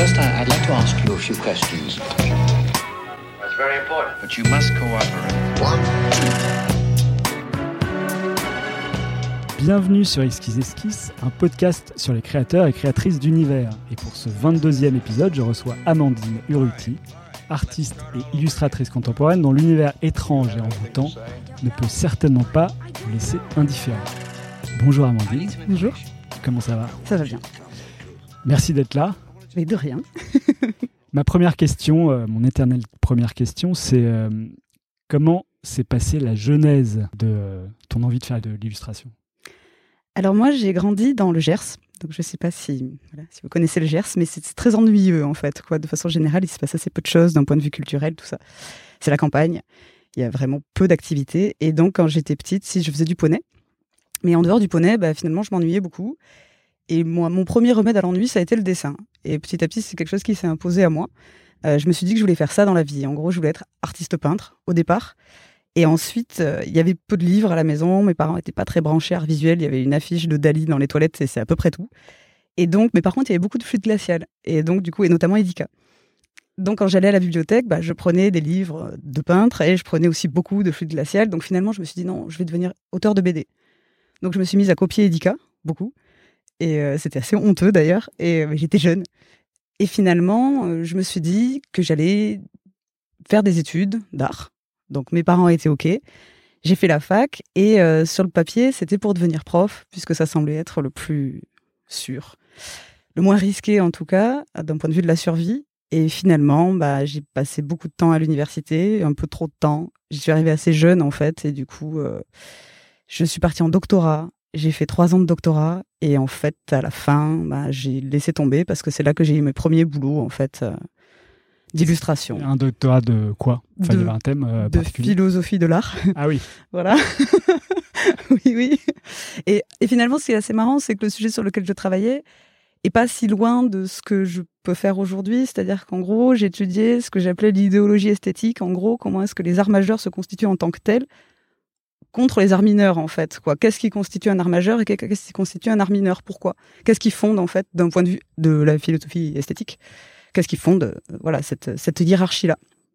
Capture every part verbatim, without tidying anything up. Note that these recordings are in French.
First, I'd like to ask you a few questions. That's very important. But you must cooperate. One, Bienvenue sur Esquisse Esquisse, un podcast sur les créateurs et créatrices d'univers. Et pour ce vingt-deuxième épisode, je reçois Amandine Urruti, artiste et illustratrice contemporaine dont l'univers étrange et envoûtant ne peut certainement pas vous laisser indifférent. Bonjour Amandine. Bonjour. Comment ça va ? Ça va bien. Merci d'être là. Mais de rien. Ma première question, euh, mon éternelle première question, c'est euh, comment s'est passée la genèse de euh, ton envie de faire de l'illustration ? Alors moi, j'ai grandi dans le Gers. Donc je ne sais pas si, voilà, si vous connaissez le Gers, mais c'est, c'est très ennuyeux en fait. Quoi. De façon générale, il se passe assez peu de choses d'un point de vue culturel, tout ça. C'est la campagne. Il y a vraiment peu d'activités. Et donc quand j'étais petite, si je faisais du poney. Mais en dehors du poney, bah, finalement, je m'ennuyais beaucoup. Et moi, mon premier remède à l'ennui, ça a été le dessin. Et petit à petit, c'est quelque chose qui s'est imposé à moi. Euh, je me suis dit que je voulais faire ça dans la vie. En gros, je voulais être artiste peintre au départ. Et ensuite, euh, il y avait peu de livres à la maison. Mes parents n'étaient pas très branchés art visuel. Il y avait une affiche de Dali dans les toilettes et c'est à peu près tout. Et donc, mais par contre, il y avait beaucoup de flûte glaciale. Et donc, du coup, et notamment Edika. Donc, quand j'allais à la bibliothèque, bah, je prenais des livres de peintres et je prenais aussi beaucoup de flûte glaciale. Donc, finalement, je me suis dit non, je vais devenir auteur de B D. Donc, je me suis mise à copier Edika, beaucoup. Et euh, c'était assez honteux d'ailleurs. Et euh, j'étais jeune. Et finalement, euh, je me suis dit que j'allais faire des études d'art. Donc mes parents étaient OK. J'ai fait la fac et euh, sur le papier, c'était pour devenir prof, puisque ça semblait être le plus sûr. Le moins risqué en tout cas, d'un point de vue de la survie. Et finalement, bah, j'ai passé beaucoup de temps à l'université, un peu trop de temps. J'y suis arrivée assez jeune en fait. Et du coup, euh, je suis partie en doctorat. J'ai fait trois ans de doctorat. Et en fait, à la fin, bah, j'ai laissé tomber parce que c'est là que j'ai eu mes premiers boulots en fait. Euh, d'illustration. Un doctorat de quoi ? Enfin, de, il y avait un thème euh, de particulier. Philosophie de l'art. Ah oui. Voilà. oui, oui. Et, et finalement, ce qui est assez marrant, c'est que le sujet sur lequel je travaillais est pas si loin de ce que je peux faire aujourd'hui. C'est-à-dire qu'en gros, j'ai étudié ce que j'appelais l'idéologie esthétique. En gros, comment est-ce que les arts majeurs se constituent en tant que tels contre les arts mineurs, en fait. Quoi. Qu'est-ce qui constitue un art majeur et qu'est-ce qui constitue un art mineur ? Pourquoi ? Qu'est-ce qui fonde, en fait, d'un point de vue de la philosophie esthétique ? Qu'est-ce qui fonde euh, voilà, cette, cette hiérarchie-là.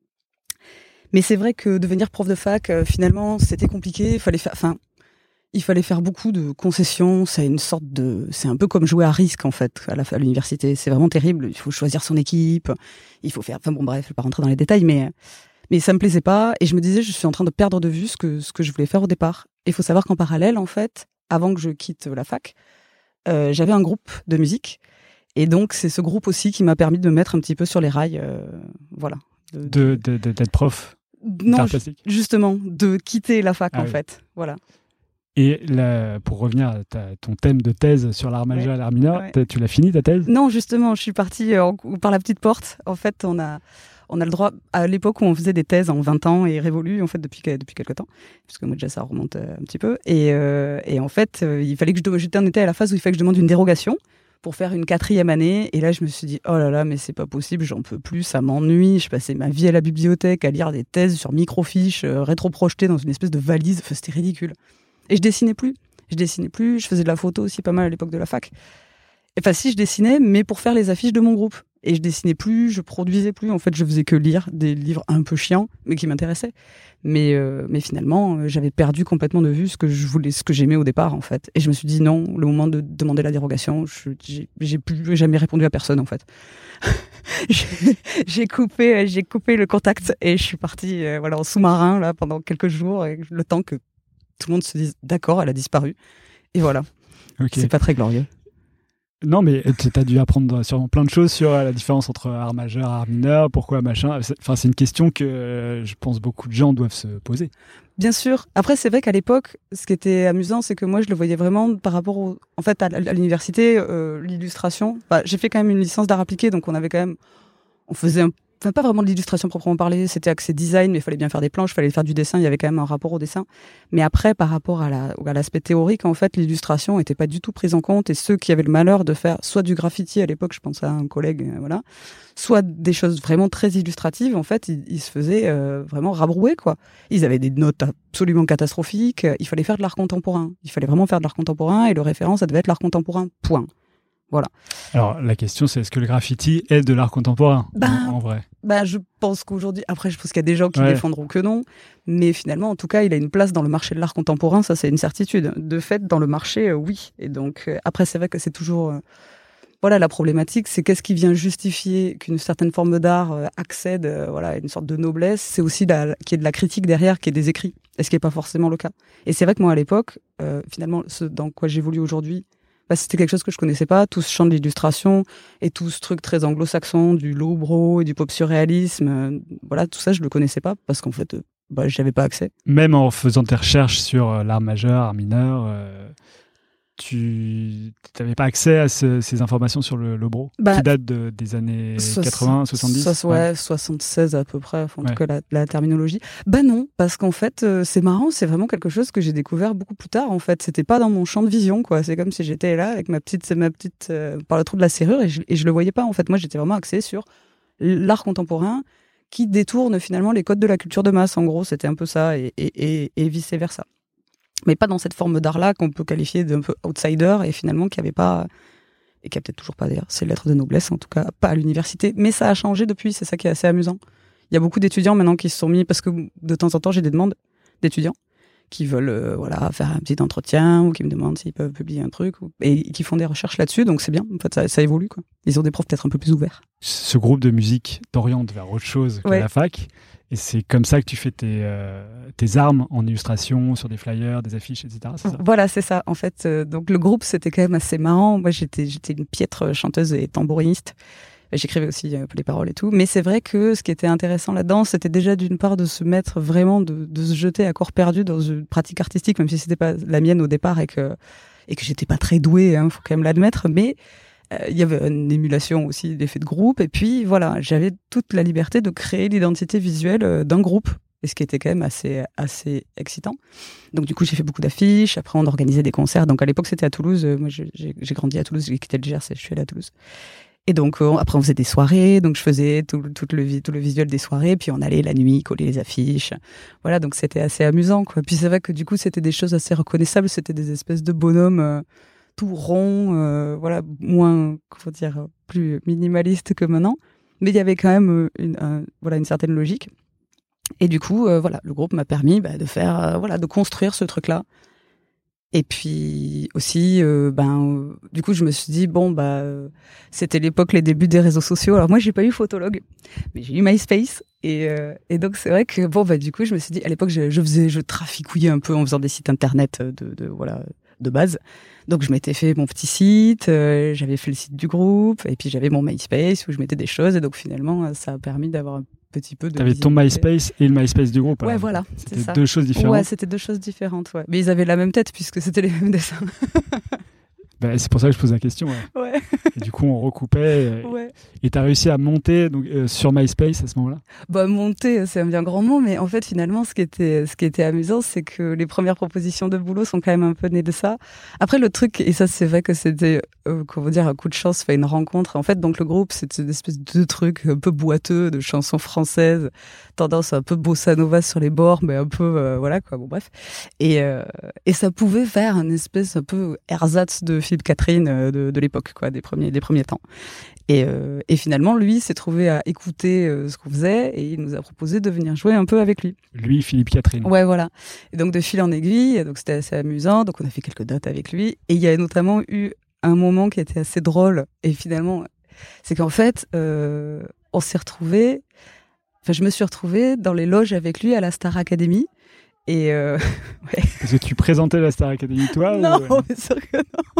Mais c'est vrai que devenir prof de fac, euh, finalement, c'était compliqué. Il fallait faire, enfin, il fallait faire beaucoup de concessions. C'est une sorte de, c'est un peu comme jouer à risque en fait à, la, à l'université. C'est vraiment terrible. Il faut choisir son équipe. Il faut faire. Enfin bon, bref, je vais pas rentrer dans les détails, mais mais ça me plaisait pas. Et je me disais, je suis en train de perdre de vue ce que ce que je voulais faire au départ. Il faut savoir qu'en parallèle, en fait, avant que je quitte la fac, euh, j'avais un groupe de musique. Et donc, c'est ce groupe aussi qui m'a permis de me mettre un petit peu sur les rails, euh, voilà. De, de, de, de, d'être prof non, d'art plastique. Justement, de quitter la fac, ah, en oui. fait. Voilà. Et là, pour revenir à ta, ton thème de thèse sur l'art majeur ouais. et l'art mineur, ouais. tu l'as fini, ta thèse ? Non, justement, je suis partie euh, par la petite porte. En fait, on a, on a le droit, à l'époque où on faisait des thèses en vingt ans et révolues, en fait, depuis, depuis quelques temps, parce que moi, déjà, ça remonte euh, un petit peu. Et, euh, et en fait, euh, il fallait que je, j'étais en été à la phase où il fallait que je demande une dérogation pour faire une quatrième année. Et là, je me suis dit, oh là là, mais c'est pas possible, j'en peux plus, ça m'ennuie. Je passais ma vie à la bibliothèque à lire des thèses sur microfiches, euh, rétro-projetées dans une espèce de valise. Enfin, c'était ridicule. Et je dessinais plus. Je dessinais plus. Je faisais de la photo aussi pas mal à l'époque de la fac. Enfin, si, je dessinais, mais pour faire les affiches de mon groupe. Et je dessinais plus, je produisais plus. En fait, je faisais que lire des livres un peu chiants, mais qui m'intéressaient. Mais, euh, mais finalement, euh, j'avais perdu complètement de vue ce que je voulais, ce que j'aimais au départ, en fait. Et je me suis dit non, le moment de demander la dérogation, je, j'ai, j'ai plus jamais répondu à personne, en fait. j'ai, j'ai coupé, j'ai coupé le contact et je suis partie, euh, voilà, en sous-marin là pendant quelques jours, et le temps que tout le monde se dise d'accord, elle a disparu. Et voilà. Okay. C'est pas très glorieux. Non, mais tu as dû apprendre sûrement plein de choses sur la différence entre art majeur, art mineur, pourquoi machin. Enfin, c'est une question que je pense beaucoup de gens doivent se poser. Bien sûr. Après, c'est vrai qu'à l'époque, ce qui était amusant, c'est que moi, je le voyais vraiment par rapport au, en fait, à, à l'université, euh, l'illustration. Bah, j'ai fait quand même une licence d'art appliqué, donc on avait quand même, on faisait un Enfin, pas vraiment de l'illustration proprement parlée, c'était axé design, mais il fallait bien faire des planches, il fallait faire du dessin, il y avait quand même un rapport au dessin. Mais après, par rapport à, la, à l'aspect théorique, en fait, l'illustration n'était pas du tout prise en compte, et ceux qui avaient le malheur de faire soit du graffiti à l'époque, je pense à un collègue, euh, voilà, soit des choses vraiment très illustratives, en fait, ils, ils se faisaient euh, vraiment rabrouer, quoi. Ils avaient des notes absolument catastrophiques, il fallait faire de l'art contemporain. Il fallait vraiment faire de l'art contemporain, et le référent, ça devait être l'art contemporain, point. Voilà. Alors, la question, c'est est-ce que le graffiti est de l'art contemporain, bah, en, en vrai? Bah, je pense qu'aujourd'hui, après, je pense qu'il y a des gens qui ouais. défendront que non, mais finalement, en tout cas, il a une place dans le marché de l'art contemporain, ça, c'est une certitude. De fait, dans le marché, euh, oui. Et donc, euh, après, c'est vrai que c'est toujours... Euh, voilà, la problématique, c'est qu'est-ce qui vient justifier qu'une certaine forme d'art euh, accède euh, voilà, à une sorte de noblesse. C'est aussi la, qu'il y ait de la critique derrière, qu'il y ait des écrits. Et ce qui n'est pas forcément le cas. Et c'est vrai que moi, à l'époque, euh, finalement, ce dans quoi j'évolue aujourd'hui, bah, c'était quelque chose que je connaissais pas, tout ce champ de l'illustration et tout ce truc très anglo-saxon du lowbrow et du pop surréalisme. Euh, voilà, tout ça, je le connaissais pas parce qu'en fait, euh, bah, j'avais pas accès. Même en faisant tes recherches sur euh, l'art majeur, art mineur, euh, tu n'avais pas accès à ce, ces informations sur le lowbrow, bah, qui date de, des années so- quatre-vingts, soixante-dix. So- ouais, ouais, soixante-seize à peu près, enfin, en ouais. tout cas la, la terminologie. Bah non, parce qu'en fait, euh, c'est marrant, c'est vraiment quelque chose que j'ai découvert beaucoup plus tard. En fait, c'était pas dans mon champ de vision, quoi. C'est comme si j'étais là avec ma petite, ma petite euh, par le trou de la serrure et je, et je le voyais pas. En fait, moi, j'étais vraiment axée sur l'art contemporain qui détourne finalement les codes de la culture de masse. En gros, c'était un peu ça, et, et, et, et vice versa. Mais pas dans cette forme d'art-là qu'on peut qualifier d'un peu outsider et finalement qui avait pas, et qui a peut-être toujours pas d'ailleurs, ses lettres de noblesse, en tout cas pas à l'université. Mais ça a changé depuis, c'est ça qui est assez amusant. Il y a beaucoup d'étudiants maintenant qui se sont mis, parce que de temps en temps j'ai des demandes d'étudiants qui veulent euh, voilà, faire un petit entretien ou qui me demandent s'ils peuvent publier un truc ou... et qui font des recherches là-dessus, donc c'est bien, en fait ça, ça évolue, quoi. Ils ont des profs peut-être un peu plus ouverts. Ce groupe de musique t'oriente vers autre chose que ouais. la fac. Et c'est comme ça que tu fais tes, euh, tes armes en illustration, sur des flyers, des affiches, et cetera. C'est ça voilà, c'est ça. En fait, euh, donc le groupe, c'était quand même assez marrant. Moi, j'étais, j'étais une piètre chanteuse et tambouriniste. J'écrivais aussi euh, les paroles et tout. Mais c'est vrai que ce qui était intéressant là-dedans, c'était déjà d'une part de se mettre vraiment, de, de se jeter à corps perdu dans une pratique artistique, même si c'était pas la mienne au départ et que, et que j'étais pas très douée, hein, faut quand même l'admettre. Mais il euh, y avait une émulation aussi d'effets de groupe, et puis voilà, j'avais toute la liberté de créer l'identité visuelle euh, d'un groupe, et ce qui était quand même assez, assez excitant. Donc du coup, j'ai fait beaucoup d'affiches, après on organisait des concerts, donc à l'époque c'était à Toulouse, moi j'ai, j'ai grandi à Toulouse, j'ai quitté le Gers et je suis allée à Toulouse. Et donc euh, après on faisait des soirées, donc je faisais tout, tout, le, tout le visuel des soirées, puis on allait la nuit coller les affiches, voilà, donc c'était assez amusant, quoi. Puis c'est vrai que du coup c'était des choses assez reconnaissables, c'était des espèces de bonhommes euh, tout rond, euh, voilà, moins, comment dire, plus minimaliste que maintenant. Mais il y avait quand même une, un, voilà, une certaine logique. Et du coup, euh, voilà, le groupe m'a permis bah, de faire, euh, voilà, de construire ce truc-là. Et puis aussi, euh, ben, euh, du coup, je me suis dit bon, bah, euh, c'était l'époque, les débuts des réseaux sociaux. Alors moi, j'ai pas eu Photolog, mais j'ai eu MySpace. Et, euh, et donc c'est vrai que bon, bah, du coup, je me suis dit, à l'époque, je, je faisais, je traficouillais un peu en faisant des sites internet de, de voilà. de base. Donc je m'étais fait mon petit site, euh, j'avais fait le site du groupe, et puis j'avais mon MySpace où je mettais des choses, et donc finalement ça a permis d'avoir un petit peu de... T'avais ton MySpace et le MySpace du groupe. Ouais, alors. voilà, c'était c'est ça. deux choses différentes. Ouais, c'était deux choses différentes, ouais. Mais ils avaient la même tête puisque c'était les mêmes dessins. Ben, c'est pour ça que je pose la question. Ouais. ouais. Et du coup, on recoupait. Et ouais. tu as réussi à monter donc, euh, sur MySpace à ce moment-là? Bah, monter, c'est un bien grand mot, mais en fait, finalement, ce qui était, ce qui était amusant, c'est que les premières propositions de boulot sont quand même un peu nées de ça. Après, le truc, et ça, c'est vrai que c'était, euh, comment dire, un coup de chance, fait une rencontre. En fait, donc, le groupe, c'était une espèce de truc un peu boiteux, de chansons françaises, tendance un peu bossa nova sur les bords, mais un peu, euh, voilà, quoi, bon, bref. Et, euh, et ça pouvait faire une espèce un peu ersatz de Philippe Catherine de, de l'époque, quoi, des premiers, des premiers temps. Et, euh, et finalement, lui s'est trouvé à écouter euh, ce qu'on faisait et il nous a proposé de venir jouer un peu avec lui. Lui, Philippe Catherine. Ouais, voilà. Et donc, de fil en aiguille, donc c'était assez amusant. Donc, on a fait quelques dates avec lui. Et il y a notamment eu un moment qui était assez drôle. Et finalement, c'est qu'en fait, euh, on s'est retrouvés, enfin, je me suis retrouvée dans les loges avec lui à la Star Academy. Et euh, ouais. Parce que tu présentais la Star Academy, toi? Non, ou... bien sûr que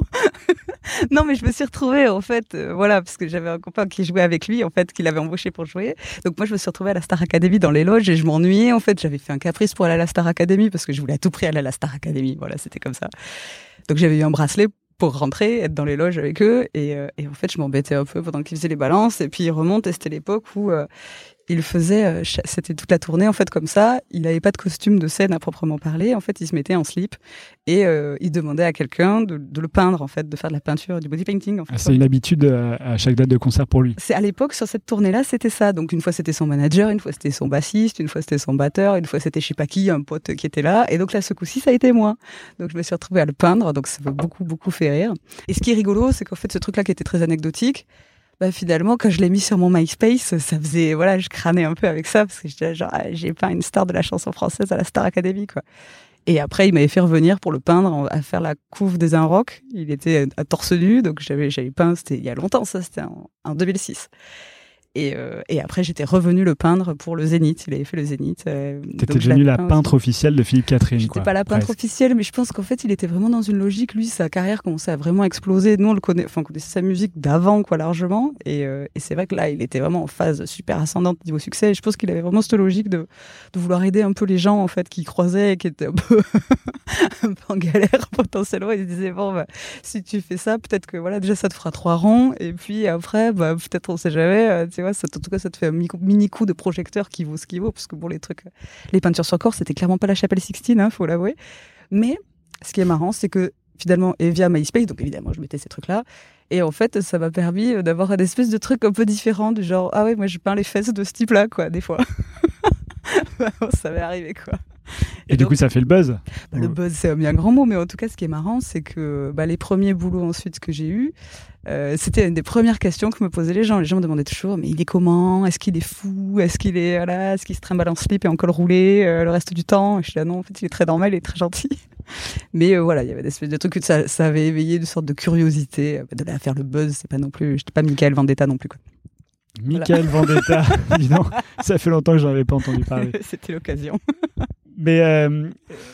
non. Non, mais je me suis retrouvée, en fait, euh, voilà, parce que j'avais un copain qui jouait avec lui, en fait, qui l'avait embauché pour jouer. Donc moi, je me suis retrouvée à la Star Academy dans les loges et je m'ennuyais, en fait. J'avais fait un caprice pour aller à la Star Academy parce que je voulais à tout prix aller à la Star Academy. Voilà, c'était comme ça. Donc j'avais eu un bracelet pour rentrer, être dans les loges avec eux. Et, euh, et en fait, je m'embêtais un peu pendant qu'ils faisaient les balances. Et puis ils remontent, et c'était l'époque où... Euh, il faisait, euh, c'était toute la tournée en fait comme ça. Il n'avait pas de costume de scène à proprement parler. En fait, il se mettait en slip et euh, il demandait à quelqu'un de, de le peindre en fait, de faire de la peinture, du body painting. En fait, ah, c'est une habitude à, à chaque date de concert pour lui. C'est à l'époque sur cette tournée-là, c'était ça. Donc une fois c'était son manager, une fois c'était son bassiste, une fois c'était son batteur, une fois c'était je sais pas qui, un pote qui était là. Et donc là, ce coup-ci, ça a été moi. Donc je me suis retrouvée à le peindre. Donc ça m'a beaucoup beaucoup fait rire. Et ce qui est rigolo, c'est qu'en fait ce truc-là qui était très anecdotique. Bah finalement quand je l'ai mis sur mon MySpace, ça faisait voilà, je crânais un peu avec ça parce que j'étais genre ah, j'ai peint une star de la chanson française à la Star Academy quoi. Et après il m'avait fait revenir pour le peindre à faire la couve des Un Rock. Il était à torse nu donc j'avais j'avais peint, c'était il y a longtemps ça, c'était en, en deux mille six. Et, euh, et après, j'étais revenue le peindre pour le Zénith. Il avait fait le Zénith. Euh, T'étais devenue la peintre aussi. officielle de Philippe Catherine. J'étais pas la peintre presque. officielle, mais je pense qu'en fait, il était vraiment dans une logique. Lui, sa carrière commençait à vraiment exploser. Nous, on le connaît, enfin, on connaissait sa musique d'avant, quoi, largement. Et, euh, et c'est vrai que là, il était vraiment en phase super ascendante niveau succès. Et je pense qu'il avait vraiment cette logique de, de vouloir aider un peu les gens, en fait, qui croisaient et qui étaient un peu, un peu en galère potentiellement. Il se disait, bon, bah, si tu fais ça, peut-être que voilà, déjà, ça te fera trois rangs. Et puis après, bah, peut-être, on sait jamais, euh, tu vois, ça, en tout cas, ça te fait un mini coup de projecteur qui vaut ce qu'il vaut, parce que bon, les trucs, les peintures sur corps, c'était clairement pas la Chapelle Sixtine, hein, faut l'avouer. Mais ce qui est marrant, c'est que finalement, et via MySpace, donc évidemment, je mettais ces trucs-là, et en fait, ça m'a permis d'avoir une espèce de truc un peu différent, du genre, ah ouais, moi, je peins les fesses de ce type-là, quoi, des fois. Ça m'est arrivé, quoi. Et, et donc, du coup, ça fait le buzz. Bah, le buzz, c'est un bien grand mot, mais en tout cas, ce qui est marrant, c'est que bah, les premiers boulots ensuite que j'ai eus, euh, c'était une des premières questions que me posaient les gens. Les gens me demandaient toujours, mais il est comment ? Est-ce qu'il est fou ? Est-ce qu'il est voilà, est-ce qu'il se trimballe en slip et en col roulé euh, le reste du temps ? Et je suis là, non, en fait, il est très normal, il est très gentil. Mais euh, voilà, il y avait des espèces de trucs que ça, ça avait éveillé une sorte de curiosité, de là à faire le buzz. C'est pas non plus, j'étais pas Michael Vendetta non plus, quoi. Michael voilà. Vendetta, dis donc, ça fait longtemps que j'en avais pas entendu parler. C'était l'occasion. Mais euh,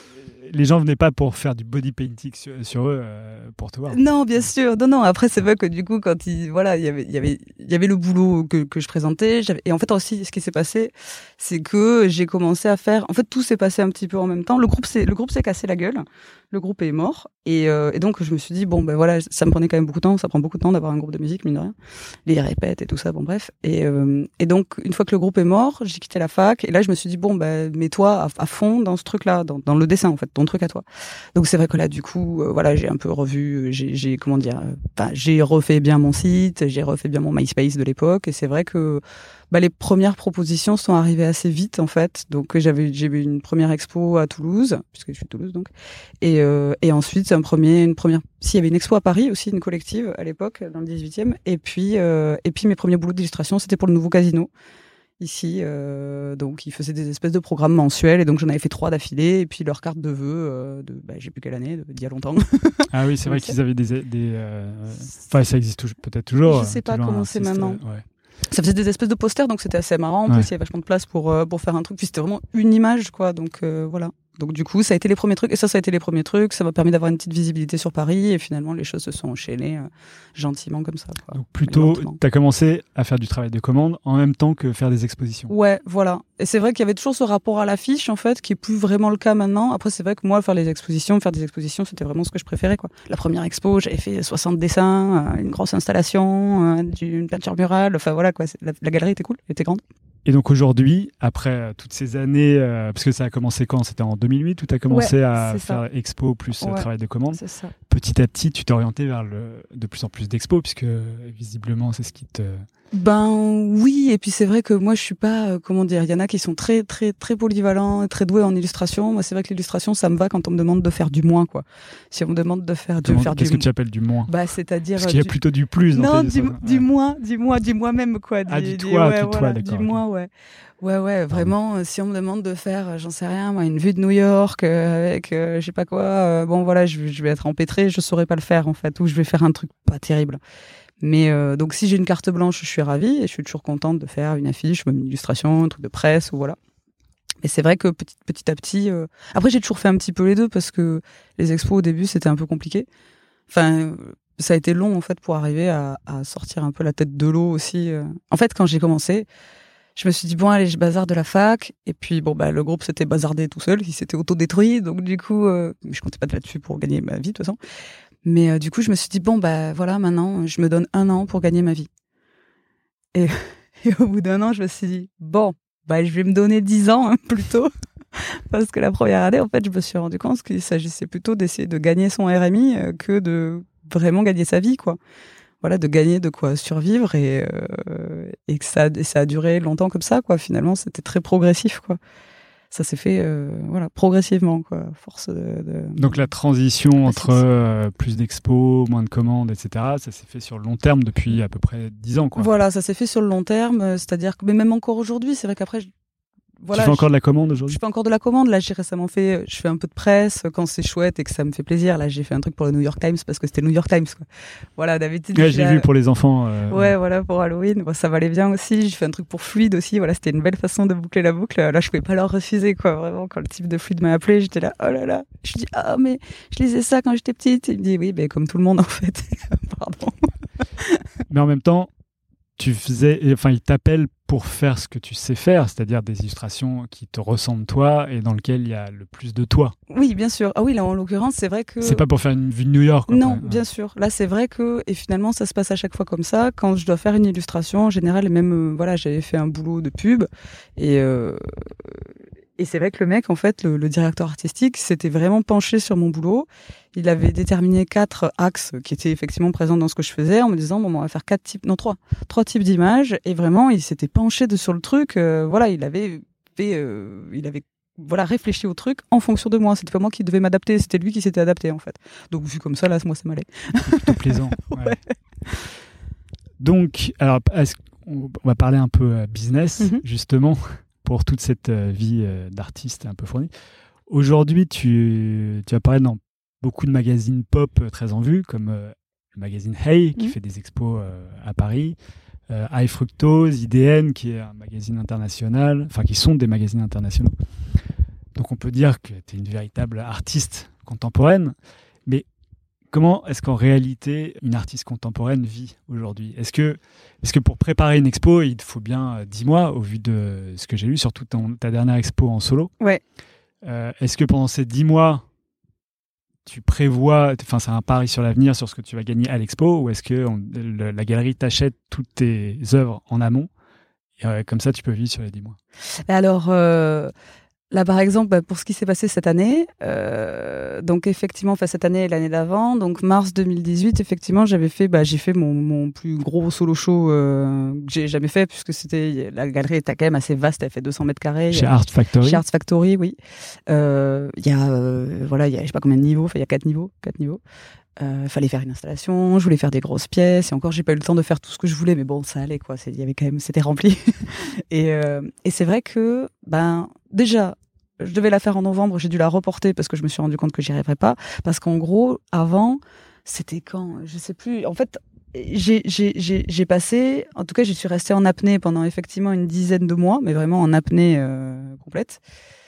les gens venaient pas pour faire du body painting sur, sur eux, euh, pour te voir. Non, bien sûr. Non, non. Après, c'est vrai que du coup, quand il, voilà, il y avait, il y avait, il y avait le boulot que, que je présentais. J'avais, et en fait aussi, ce qui s'est passé, c'est que j'ai commencé à faire. En fait, tout s'est passé un petit peu en même temps. Le groupe s'est, le groupe s'est cassé la gueule. Le groupe est mort. Et, euh, et donc, je me suis dit, bon, ben voilà, ça me prenait quand même beaucoup de temps. Ça prend beaucoup de temps d'avoir un groupe de musique, mine de rien. Les répètes et tout ça, bon, bref. Et, euh, et donc, une fois que le groupe est mort, j'ai quitté la fac. Et là, je me suis dit, bon, ben, mets-toi à, à fond dans ce truc-là, dans, dans le dessin, en fait, ton truc à toi. Donc, c'est vrai que là, du coup, euh, voilà, j'ai un peu revu, j'ai, j'ai comment dire, euh, j'ai refait bien mon site, j'ai refait bien mon MySpace de l'époque. Et c'est vrai que, bah, les premières propositions sont arrivées assez vite, en fait. Donc, j'avais, j'ai eu une première expo à Toulouse, puisque je suis de Toulouse, donc. Et, euh, et ensuite, c'est un premier, une première, si, il y avait une expo à Paris aussi, une collective, à l'époque, dans le dix-huitième. Et puis, euh, et puis, mes premiers boulots d'illustration, c'était pour le Nouveau Casino. Ici, euh, donc, ils faisaient des espèces de programmes mensuels. Et donc, j'en avais fait trois d'affilée. Et puis, leur carte de vœux, euh, de, bah, j'ai plus quelle année, de, d'il y a longtemps. Ah oui, c'est vrai qu'ils avaient des, des, euh... enfin, ça existe toujours, peut-être toujours. Je sais pas comment c'est maintenant. Ouais. Ça faisait des espèces de posters, donc c'était assez marrant. En ouais. plus, il y avait vachement de place pour, euh, pour faire un truc. Puis c'était vraiment une image, quoi. Donc, euh, voilà. Donc, du coup, ça a été les premiers trucs. Et ça, ça a été les premiers trucs. Ça m'a permis d'avoir une petite visibilité sur Paris. Et finalement, les choses se sont enchaînées euh, gentiment comme ça, quoi. Donc, plutôt, tu as commencé à faire du travail de commande en même temps que faire des expositions. Ouais, voilà. Et c'est vrai qu'il y avait toujours ce rapport à l'affiche, en fait, qui est plus vraiment le cas maintenant. Après, c'est vrai que moi, faire les expositions, faire des expositions, c'était vraiment ce que je préférais, quoi. La première expo, j'avais fait soixante dessins, une grosse installation, une peinture murale. Enfin, voilà, quoi. La, la galerie était cool, elle était grande. Et donc aujourd'hui, après toutes ces années, euh, parce que ça a commencé quand ? C'était en deux mille huit où tu as commencé ouais, à faire ça. expo plus ouais, travail de commande. C'est ça. Petit à petit, tu t'es orienté vers le, de plus en plus d'expos, puisque visiblement, c'est ce qui te... Ben oui, et puis c'est vrai que moi je suis pas, euh, comment dire, il y en a qui sont très très très polyvalents, très doués en illustration. Moi c'est vrai que l'illustration ça me va quand on me demande de faire du moins, quoi. Si on me demande de faire, de faire qu'est-ce du... que tu appelles du moins ? Bah c'est-à-dire parce qu'il y a du... plutôt du plus. Dans non, tes du, du ouais. moins, du moins, du moi-même, quoi. Du, ah du du toi, ouais, du voilà, toi, d'accord. Du moins, ouais. Ouais, ouais, vraiment, euh, si on me demande de faire, euh, j'en sais rien, moi, une vue de New York euh, avec, euh, je sais pas quoi, euh, bon voilà, je, je vais être empêtrée, je saurais pas le faire en fait, ou je vais faire un truc pas terrible. Mais euh, donc si j'ai une carte blanche, je suis ravie et je suis toujours contente de faire une affiche, même une illustration, un truc de presse ou voilà. Mais c'est vrai que petit, petit à petit, euh... après j'ai toujours fait un petit peu les deux parce que les expos au début c'était un peu compliqué. Enfin, ça a été long en fait pour arriver à, à sortir un peu la tête de l'eau aussi. En fait, quand j'ai commencé, je me suis dit bon allez, je bazarde de la fac et puis bon bah le groupe s'était bazardé tout seul, il s'était autodétruit donc du coup, euh... je comptais pas là-dessus pour gagner ma vie de toute façon. Mais euh, du coup, je me suis dit, bon, bah voilà, maintenant, je me donne un an pour gagner ma vie. Et, Et au bout d'un an, je me suis dit, bon, bah, je vais me donner dix ans hein, plutôt. Parce que la première année, en fait, je me suis rendu compte qu'il s'agissait plutôt d'essayer de gagner son R M I euh, que de vraiment gagner sa vie, quoi. Voilà, de gagner de quoi survivre et, euh, et que ça, et ça a duré longtemps comme ça, quoi. Finalement, c'était très progressif, quoi. Ça s'est fait, euh, voilà, progressivement, quoi. Force de, de... Donc la transition entre euh, plus d'expos, moins de commandes, et cetera, ça s'est fait sur le long terme depuis à peu près dix ans, quoi. Voilà, ça s'est fait sur le long terme, c'est-à-dire que, mais même encore aujourd'hui, c'est vrai qu'après, je... Voilà, tu fais encore je, de la commande aujourd'hui ? Je fais encore de la commande. Là, j'ai récemment fait, je fais un peu de presse quand c'est chouette et que ça me fait plaisir. Là, j'ai fait un truc pour le New York Times parce que c'était le New York Times, quoi. Voilà, d'habitude. Ouais, j'ai là... vu pour les enfants. Euh... Ouais, voilà, pour Halloween. Bon, ça m'allait bien aussi. J'ai fait un truc pour Fluide aussi. Voilà, c'était une belle façon de boucler la boucle. Là, je pouvais pas leur refuser, quoi. Vraiment, quand le type de Fluide m'a appelé, j'étais là, oh là là. Je dis, ah, mais je lisais ça quand j'étais petite. Il me dit, oui, ben, comme tout le monde, en fait. Pardon. Mais en même temps, tu faisais, enfin, il t'appelle pour faire ce que tu sais faire, c'est-à-dire des illustrations qui te ressemblent toi et dans lesquelles il y a le plus de toi. Oui, bien sûr. Ah oui, là, en l'occurrence, c'est vrai que... C'est pas pour faire une vue de New York. Quoi, non, ouais. Bien sûr. Là, c'est vrai que... Et finalement, ça se passe à chaque fois comme ça. Quand je dois faire une illustration, en général, même, euh, voilà, j'avais fait un boulot de pub et... Euh... Et c'est vrai que le mec, en fait, le, le directeur artistique, s'était vraiment penché sur mon boulot. Il avait déterminé quatre axes qui étaient effectivement présents dans ce que je faisais en me disant, bon, on va faire quatre types, non, trois, trois types d'images. Et vraiment, il s'était penché de, sur le truc. Euh, voilà, il avait fait, euh, il avait, voilà, réfléchi au truc en fonction de moi. C'était pas moi qui devais m'adapter, c'était lui qui s'était adapté, en fait. Donc, vu comme ça, là, moi, ça m'allait. C'est plutôt plaisant. Ouais. Ouais. Donc, alors, est-ce qu'on va parler un peu business, mm-hmm. justement, pour toute cette vie d'artiste un peu fournie. Aujourd'hui, tu, tu apparais dans beaucoup de magazines pop très en vue, comme euh, le magazine Hey, qui mmh. fait des expos euh, à Paris, euh, High Fructose, I D N, qui est un magazine international, enfin, qui sont des magazines internationaux. Donc, on peut dire que tu es une véritable artiste contemporaine, mais comment est-ce qu'en réalité, une artiste contemporaine vit aujourd'hui ? Est-ce que, est-ce que pour préparer une expo, il te faut bien dix mois, au vu de ce que j'ai lu, surtout ton, ta dernière expo en solo ? Ouais. Euh, est-ce que pendant ces dix mois, tu prévois, enfin, c'est un pari sur l'avenir, sur ce que tu vas gagner à l'expo, ou est-ce que on, le, la galerie t'achète toutes tes œuvres en amont, et euh, comme ça, tu peux vivre sur les dix mois ? Alors... Euh... Là, par exemple, bah, pour ce qui s'est passé cette année, euh, donc effectivement, enfin, cette année et l'année d'avant, donc mars deux mille dix-huit, effectivement, j'avais fait, bah, j'ai fait mon, mon plus gros solo show euh, que j'ai jamais fait, puisque c'était, la galerie était quand même assez vaste, elle fait deux cents mètres carrés. Chez Art Factory. Chez Art Factory, oui. Il euh, y a, euh, voilà, il y a, je sais pas combien de niveaux, enfin, il y a quatre niveaux, quatre niveaux. Il euh, fallait faire une installation, je voulais faire des grosses pièces, et encore, j'ai pas eu le temps de faire tout ce que je voulais, mais bon, ça allait, quoi. Il y avait quand même, c'était rempli. et, euh, et c'est vrai que, ben, déjà, je devais la faire en novembre, j'ai dû la reporter parce que je me suis rendu compte que j'y arriverais pas. Parce qu'en gros, avant, c'était quand, je sais plus. En fait, j'ai, j'ai, j'ai, j'ai passé, en tout cas, je suis restée en apnée pendant effectivement une dizaine de mois, mais vraiment en apnée euh, complète.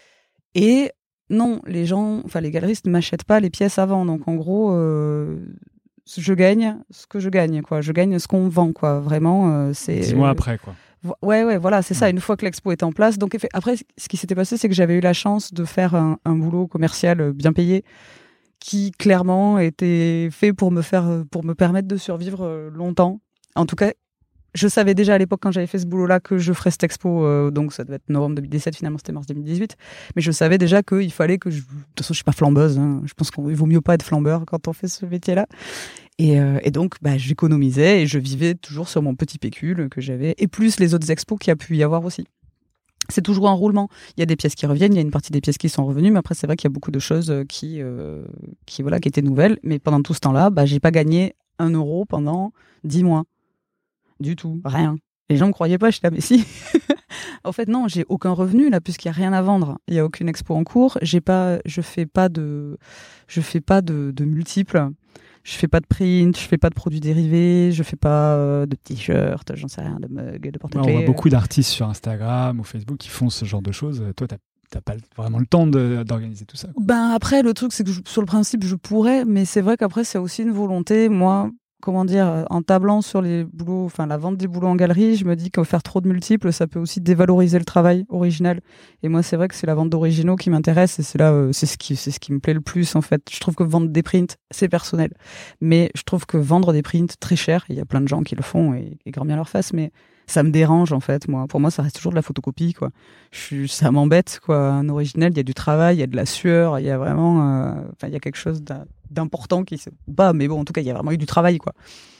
Et non, les gens, enfin les galeristes ne m'achètent pas les pièces avant. Donc en gros, euh, je gagne ce que je gagne, quoi. Je gagne ce qu'on vend, quoi. Vraiment, euh, c'est. Dix mois après, quoi. Ouais, ouais, voilà, c'est ça, une fois que l'expo est en place. Donc, après, ce qui s'était passé, c'est que j'avais eu la chance de faire un, un boulot commercial bien payé qui, clairement, était fait pour me faire, pour me permettre de survivre longtemps. En tout cas, je savais déjà à l'époque, quand j'avais fait ce boulot-là, que je ferais cette expo, euh, donc ça devait être novembre deux mille dix-sept, finalement, c'était mars deux mille dix-huit. Mais je savais déjà qu'il fallait que je... De toute façon, je suis pas flambeuse, hein. Je pense qu'il vaut mieux pas être flambeur quand on fait ce métier-là. Et, euh, et donc, bah, j'économisais et je vivais toujours sur mon petit pécule que j'avais, et plus les autres expos qu'il y a pu y avoir aussi. C'est toujours un roulement. Il y a des pièces qui reviennent, il y a une partie des pièces qui sont revenues, mais après, c'est vrai qu'il y a beaucoup de choses qui, euh, qui, voilà, qui étaient nouvelles. Mais pendant tout ce temps-là, bah, j'ai pas gagné un euro pendant dix mois. Du tout. Rien. Les gens me croyaient pas, je suis là, mais si. En fait, non, j'ai aucun revenu, là, puisqu'il y a rien à vendre. Il y a aucune expo en cours. J'ai pas, je fais pas de, je fais pas de, de multiples. Je fais pas de print, je fais pas de produits dérivés, je fais pas euh, de t-shirts, j'en sais rien, de mugs, de porte-clés. Ouais, on voit beaucoup d'artistes sur Instagram ou Facebook qui font ce genre de choses. Toi, t'as, t'as pas vraiment le temps de, d'organiser tout ça, quoi. Ben après, le truc, c'est que je, sur le principe, je pourrais, mais c'est vrai qu'après, c'est aussi une volonté. Moi, comment dire, en tablant sur les boulots, enfin la vente des boulots en galerie, je me dis que faire trop de multiples, ça peut aussi dévaloriser le travail original. Et moi, c'est vrai que c'est la vente d'originaux qui m'intéresse, et c'est là, euh, c'est ce qui, c'est ce qui me plaît le plus, en fait. Je trouve que vendre des prints, c'est personnel. Mais je trouve que vendre des prints très chers, il y a plein de gens qui le font, et, et grand bien leur face, mais Ça me dérange, en fait, moi. Pour moi, ça reste toujours de la photocopie, quoi. Je suis, ça m'embête, quoi. Un original, il y a du travail, il y a de la sueur, il y a vraiment, enfin, euh, il y a quelque chose d'important qui se bat, mais bon, en tout cas, il y a vraiment eu du travail, quoi.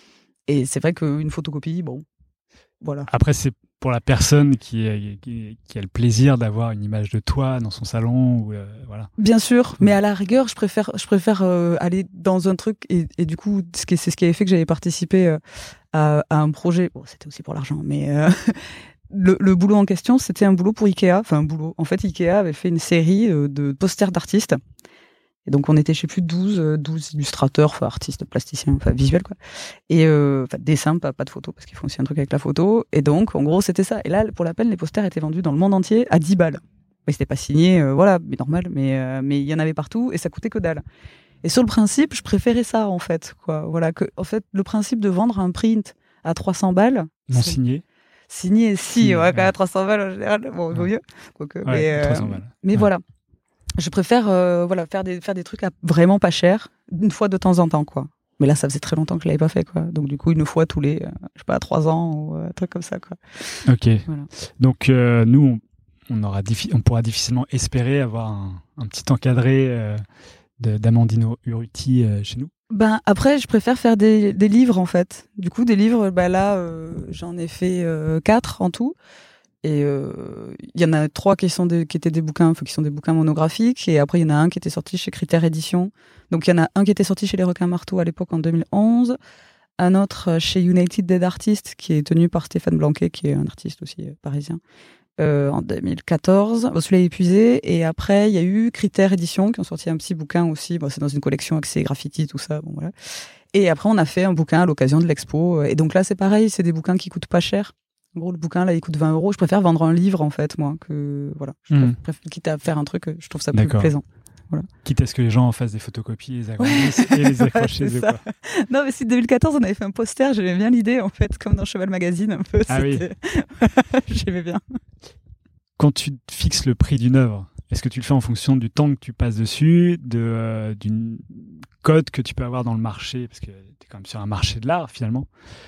Et c'est vrai qu'une photocopie, bon, voilà. Après, c'est pour la personne qui, est, qui, qui a le plaisir d'avoir une image de toi dans son salon, ou euh, voilà. Bien sûr, mais à la rigueur, je préfère, je préfère euh, aller dans un truc et, et du coup, c'est ce qui avait fait que j'avais participé euh, à, à un projet. Bon, c'était aussi pour l'argent, mais euh, le, le boulot en question, c'était un boulot pour Ikea. Enfin, un boulot. En fait, Ikea avait fait une série euh, de posters d'artistes. Et donc, on était chez plus de douze, douze illustrateurs, enfin, artistes, plasticiens, enfin, visuels, quoi. Et, euh, enfin, dessin, pas, pas de photo, parce qu'il faut aussi un truc avec la photo. Et donc, en gros, c'était ça. Et là, pour la peine, les posters étaient vendus dans le monde entier à dix balles. Mais c'était pas signé, euh, voilà, mais normal, mais, euh, mais il y en avait partout et ça coûtait que dalle. Et sur le principe, je préférais ça, en fait, quoi. Voilà, que, en fait, le principe de vendre un print à trois cents balles. Non signé. Signé, si, Signé, ouais, quand ouais. à trois cents balles, en général, bon, il vaut Ouais. mieux. Quoique, Ouais, mais, trois cents euh, balles. mais Ouais. voilà. Je préfère euh, voilà faire des faire des trucs à vraiment pas cher une fois de temps en temps, quoi. Mais là, ça faisait très longtemps que je l'avais pas fait, quoi. Donc du coup, une fois tous les euh, je sais pas trois ans ou euh, un truc comme ça, quoi. Ok. Voilà. Donc euh, nous, on, on aura diffi- on pourra difficilement espérer avoir un, un petit encadré euh, de- d'Amandine Urruti euh, chez nous. Ben après, je préfère faire des des livres, en fait. Du coup, des livres, bah là, euh, j'en ai fait euh, quatre en tout. Et il euh, y en a trois qui sont des, qui étaient des bouquins, enfin, qui sont des bouquins monographiques. Et après, il y en a un qui était sorti chez Critère Édition. Donc, il y en a un qui était sorti chez Les Requins Marteaux à l'époque en deux mille onze. Un autre chez United Dead Artists, qui est tenu par Stéphane Blanquet, qui est un artiste aussi euh, parisien, euh, en deux mille quatorze. Bon, celui-là est épuisé. Et après, il y a eu Critère Édition, qui ont sorti un petit bouquin aussi. Bon, c'est dans une collection accès graffiti, tout ça. Bon, voilà. Et après, on a fait un bouquin à l'occasion de l'expo. Et donc là, c'est pareil, c'est des bouquins qui coûtent pas cher. En gros, le bouquin, là, il coûte vingt euros. Je préfère vendre un livre, en fait, moi, que, voilà. Je Mmh. préfère, quitte à faire un truc, je trouve ça plus D'accord. plaisant. Voilà. Quitte à ce que les gens en fassent des photocopies, les agrandissent et les accrochent chez C'est eux, ça. quoi. Non, mais si deux mille quatorze, on avait fait un poster, j'aimais bien l'idée, en fait, comme dans Cheval Magazine, un peu. Ah oui. c'était- J'aimais bien. Quand tu fixes le prix d'une œuvre, est-ce que tu le fais en fonction du temps que tu passes dessus, de, euh, d'une cote que tu peux avoir dans le marché, parce que tu es quand même sur un marché de l'art, finalement,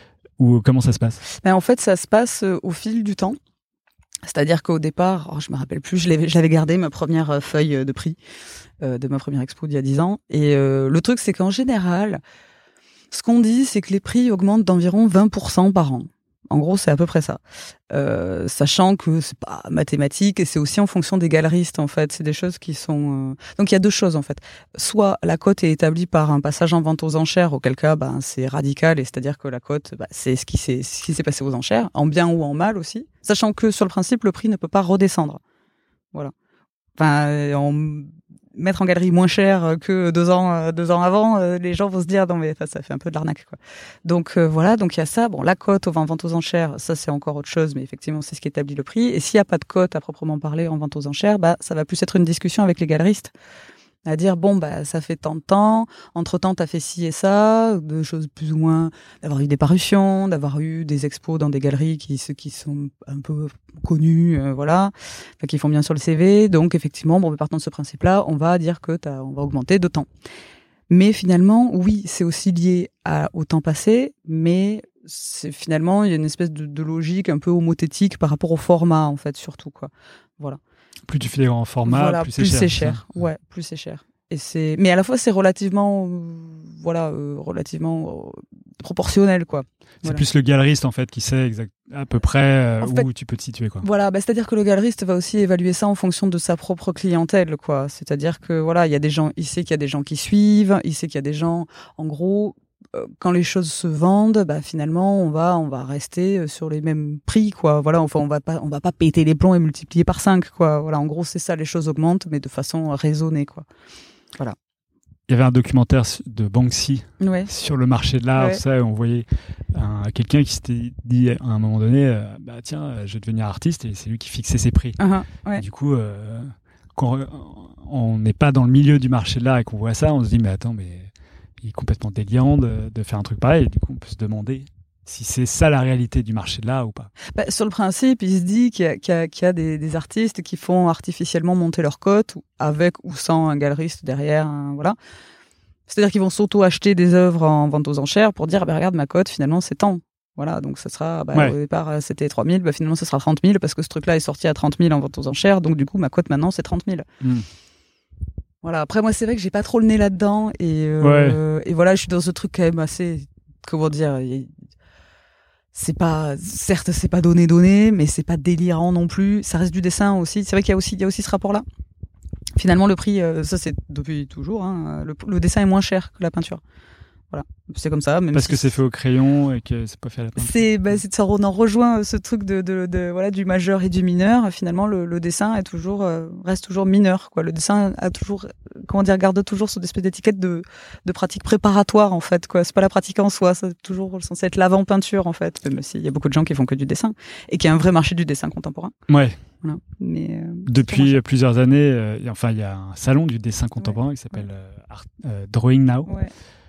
ou comment ça se passe? Ben, en fait, ça se passe euh, au fil du temps. C'est-à-dire qu'au départ, oh, je me rappelle plus, je l'avais, je l'avais gardé, ma première euh, feuille de prix euh, de ma première expo d'il y a dix ans. Et euh, le truc, c'est qu'en général, ce qu'on dit, c'est que les prix augmentent d'environ vingt pour cent par an. En gros, c'est à peu près ça. Euh, sachant que c'est pas mathématique et c'est aussi en fonction des galeristes, en fait. C'est des choses qui sont... Euh... Donc, il y a deux choses, en fait. Soit la cote est établie par un passage en vente aux enchères, auquel cas, ben, c'est radical, et c'est-à-dire que la cote, ben, c'est ce qui s'est, ce qui s'est passé aux enchères, en bien ou en mal aussi. Sachant que, sur le principe, le prix ne peut pas redescendre. Voilà. Enfin, en... mettre en galerie moins cher que deux ans, deux ans avant, euh, les gens vont se dire non mais ça, ça fait un peu de l'arnaque, quoi. Donc euh, voilà, donc il y a ça. Bon, la cote au vente aux enchères, ça c'est encore autre chose, mais effectivement c'est ce qui établit le prix. Et s'il n'y a pas de cote à proprement parler en vente aux enchères, bah ça va plus être une discussion avec les galeristes, à dire bon bah ça fait tant de temps, entre temps t'as fait ci et ça, de choses plus ou moins, d'avoir eu des parutions, d'avoir eu des expos dans des galeries qui ceux qui sont un peu connus, euh, voilà, enfin, qui font bien sur le C V. Donc effectivement, bon, partant de ce principe-là, on va dire que t'as, on va augmenter de temps. Mais finalement, oui, c'est aussi lié à, au temps passé, mais c'est finalement il y a une espèce de, de logique un peu homothétique par rapport au format en fait surtout, quoi. Voilà. Plus tu fais des grands formats, voilà, plus c'est plus cher. c'est cher. Ouais, plus c'est cher. Et c'est, mais à la fois c'est relativement, euh, voilà, euh, relativement euh, proportionnel, quoi. C'est Voilà. plus le galeriste en fait qui sait exact, à peu près euh, En où fait, tu peux te situer, quoi. Voilà, bah, c'est-à-dire que le galeriste va aussi évaluer ça en fonction de sa propre clientèle, quoi. C'est-à-dire que voilà, il y a des gens, il sait qu'il y a des gens qui suivent, il sait qu'il y a des gens, en gros, euh, quand les choses se vendent, bah finalement, on va, on va rester sur les mêmes prix, quoi. Voilà, enfin, on va pas, on va pas péter les plombs et multiplier par cinq, quoi. Voilà, en gros, c'est ça, les choses augmentent, mais de façon raisonnée, quoi. Voilà. Il y avait un documentaire de Banksy Ouais. sur le marché de l'art, Ouais. ça, on voyait un, quelqu'un qui s'était dit à un moment donné, euh, bah tiens, je vais devenir artiste, et c'est lui qui fixait ses prix. Uh-huh, ouais. Et du coup, euh, quand on n'est pas dans le milieu du marché de l'art et qu'on voit ça, on se dit mais attends, mais il est complètement délirant de, de faire un truc pareil. Et du coup, on peut se demander si c'est ça la réalité du marché de l'art ou pas. Bah, sur le principe, il se dit qu'il y a, qu'il y a, qu'il y a des, des artistes qui font artificiellement monter leur cote, avec ou sans un galeriste derrière, hein, voilà. C'est-à-dire qu'ils vont s'auto-acheter des œuvres en vente aux enchères pour dire, bah, regarde, ma cote, finalement, c'est tant. Voilà, donc ça sera, bah, Ouais. au départ, c'était trois mille, bah, finalement, ça sera trente mille parce que ce truc-là est sorti à trente mille en vente aux enchères, donc du coup, ma cote maintenant, c'est trente mille. Mm. Voilà, après, moi, c'est vrai que j'ai pas trop le nez là-dedans, et, euh, et voilà, je suis dans ce truc quand même assez, comment dire, y- c'est pas, certes, c'est pas donné, donné, mais c'est pas délirant non plus, ça reste du dessin aussi, c'est vrai qu'il y a aussi, il y a aussi ce rapport-là. Finalement, le prix, euh, ça c'est depuis toujours, hein, le, le dessin est moins cher que la peinture. Voilà, c'est comme ça. Même Parce si que c'est fait au crayon et que c'est pas fait à la peinture. C'est, bah, c'est ça, on en rejoint ce truc de, de, de voilà du majeur et du mineur. Finalement, le, le dessin est toujours euh, reste toujours mineur, quoi. Le dessin a toujours, comment dire, garde toujours cette espèce d'étiquette de de pratique préparatoire, en fait, quoi. C'est pas la pratique en soi, c'est toujours censé être l'avant-peinture, en fait. Même s'il y a beaucoup de gens qui font que du dessin et qu'il y a un vrai marché du dessin contemporain. Ouais. Voilà. Mais euh, Depuis plusieurs années, euh, y a- enfin, il y a un salon du dessin contemporain qui s'appelle euh, Art- euh, Drawing Now, ouais.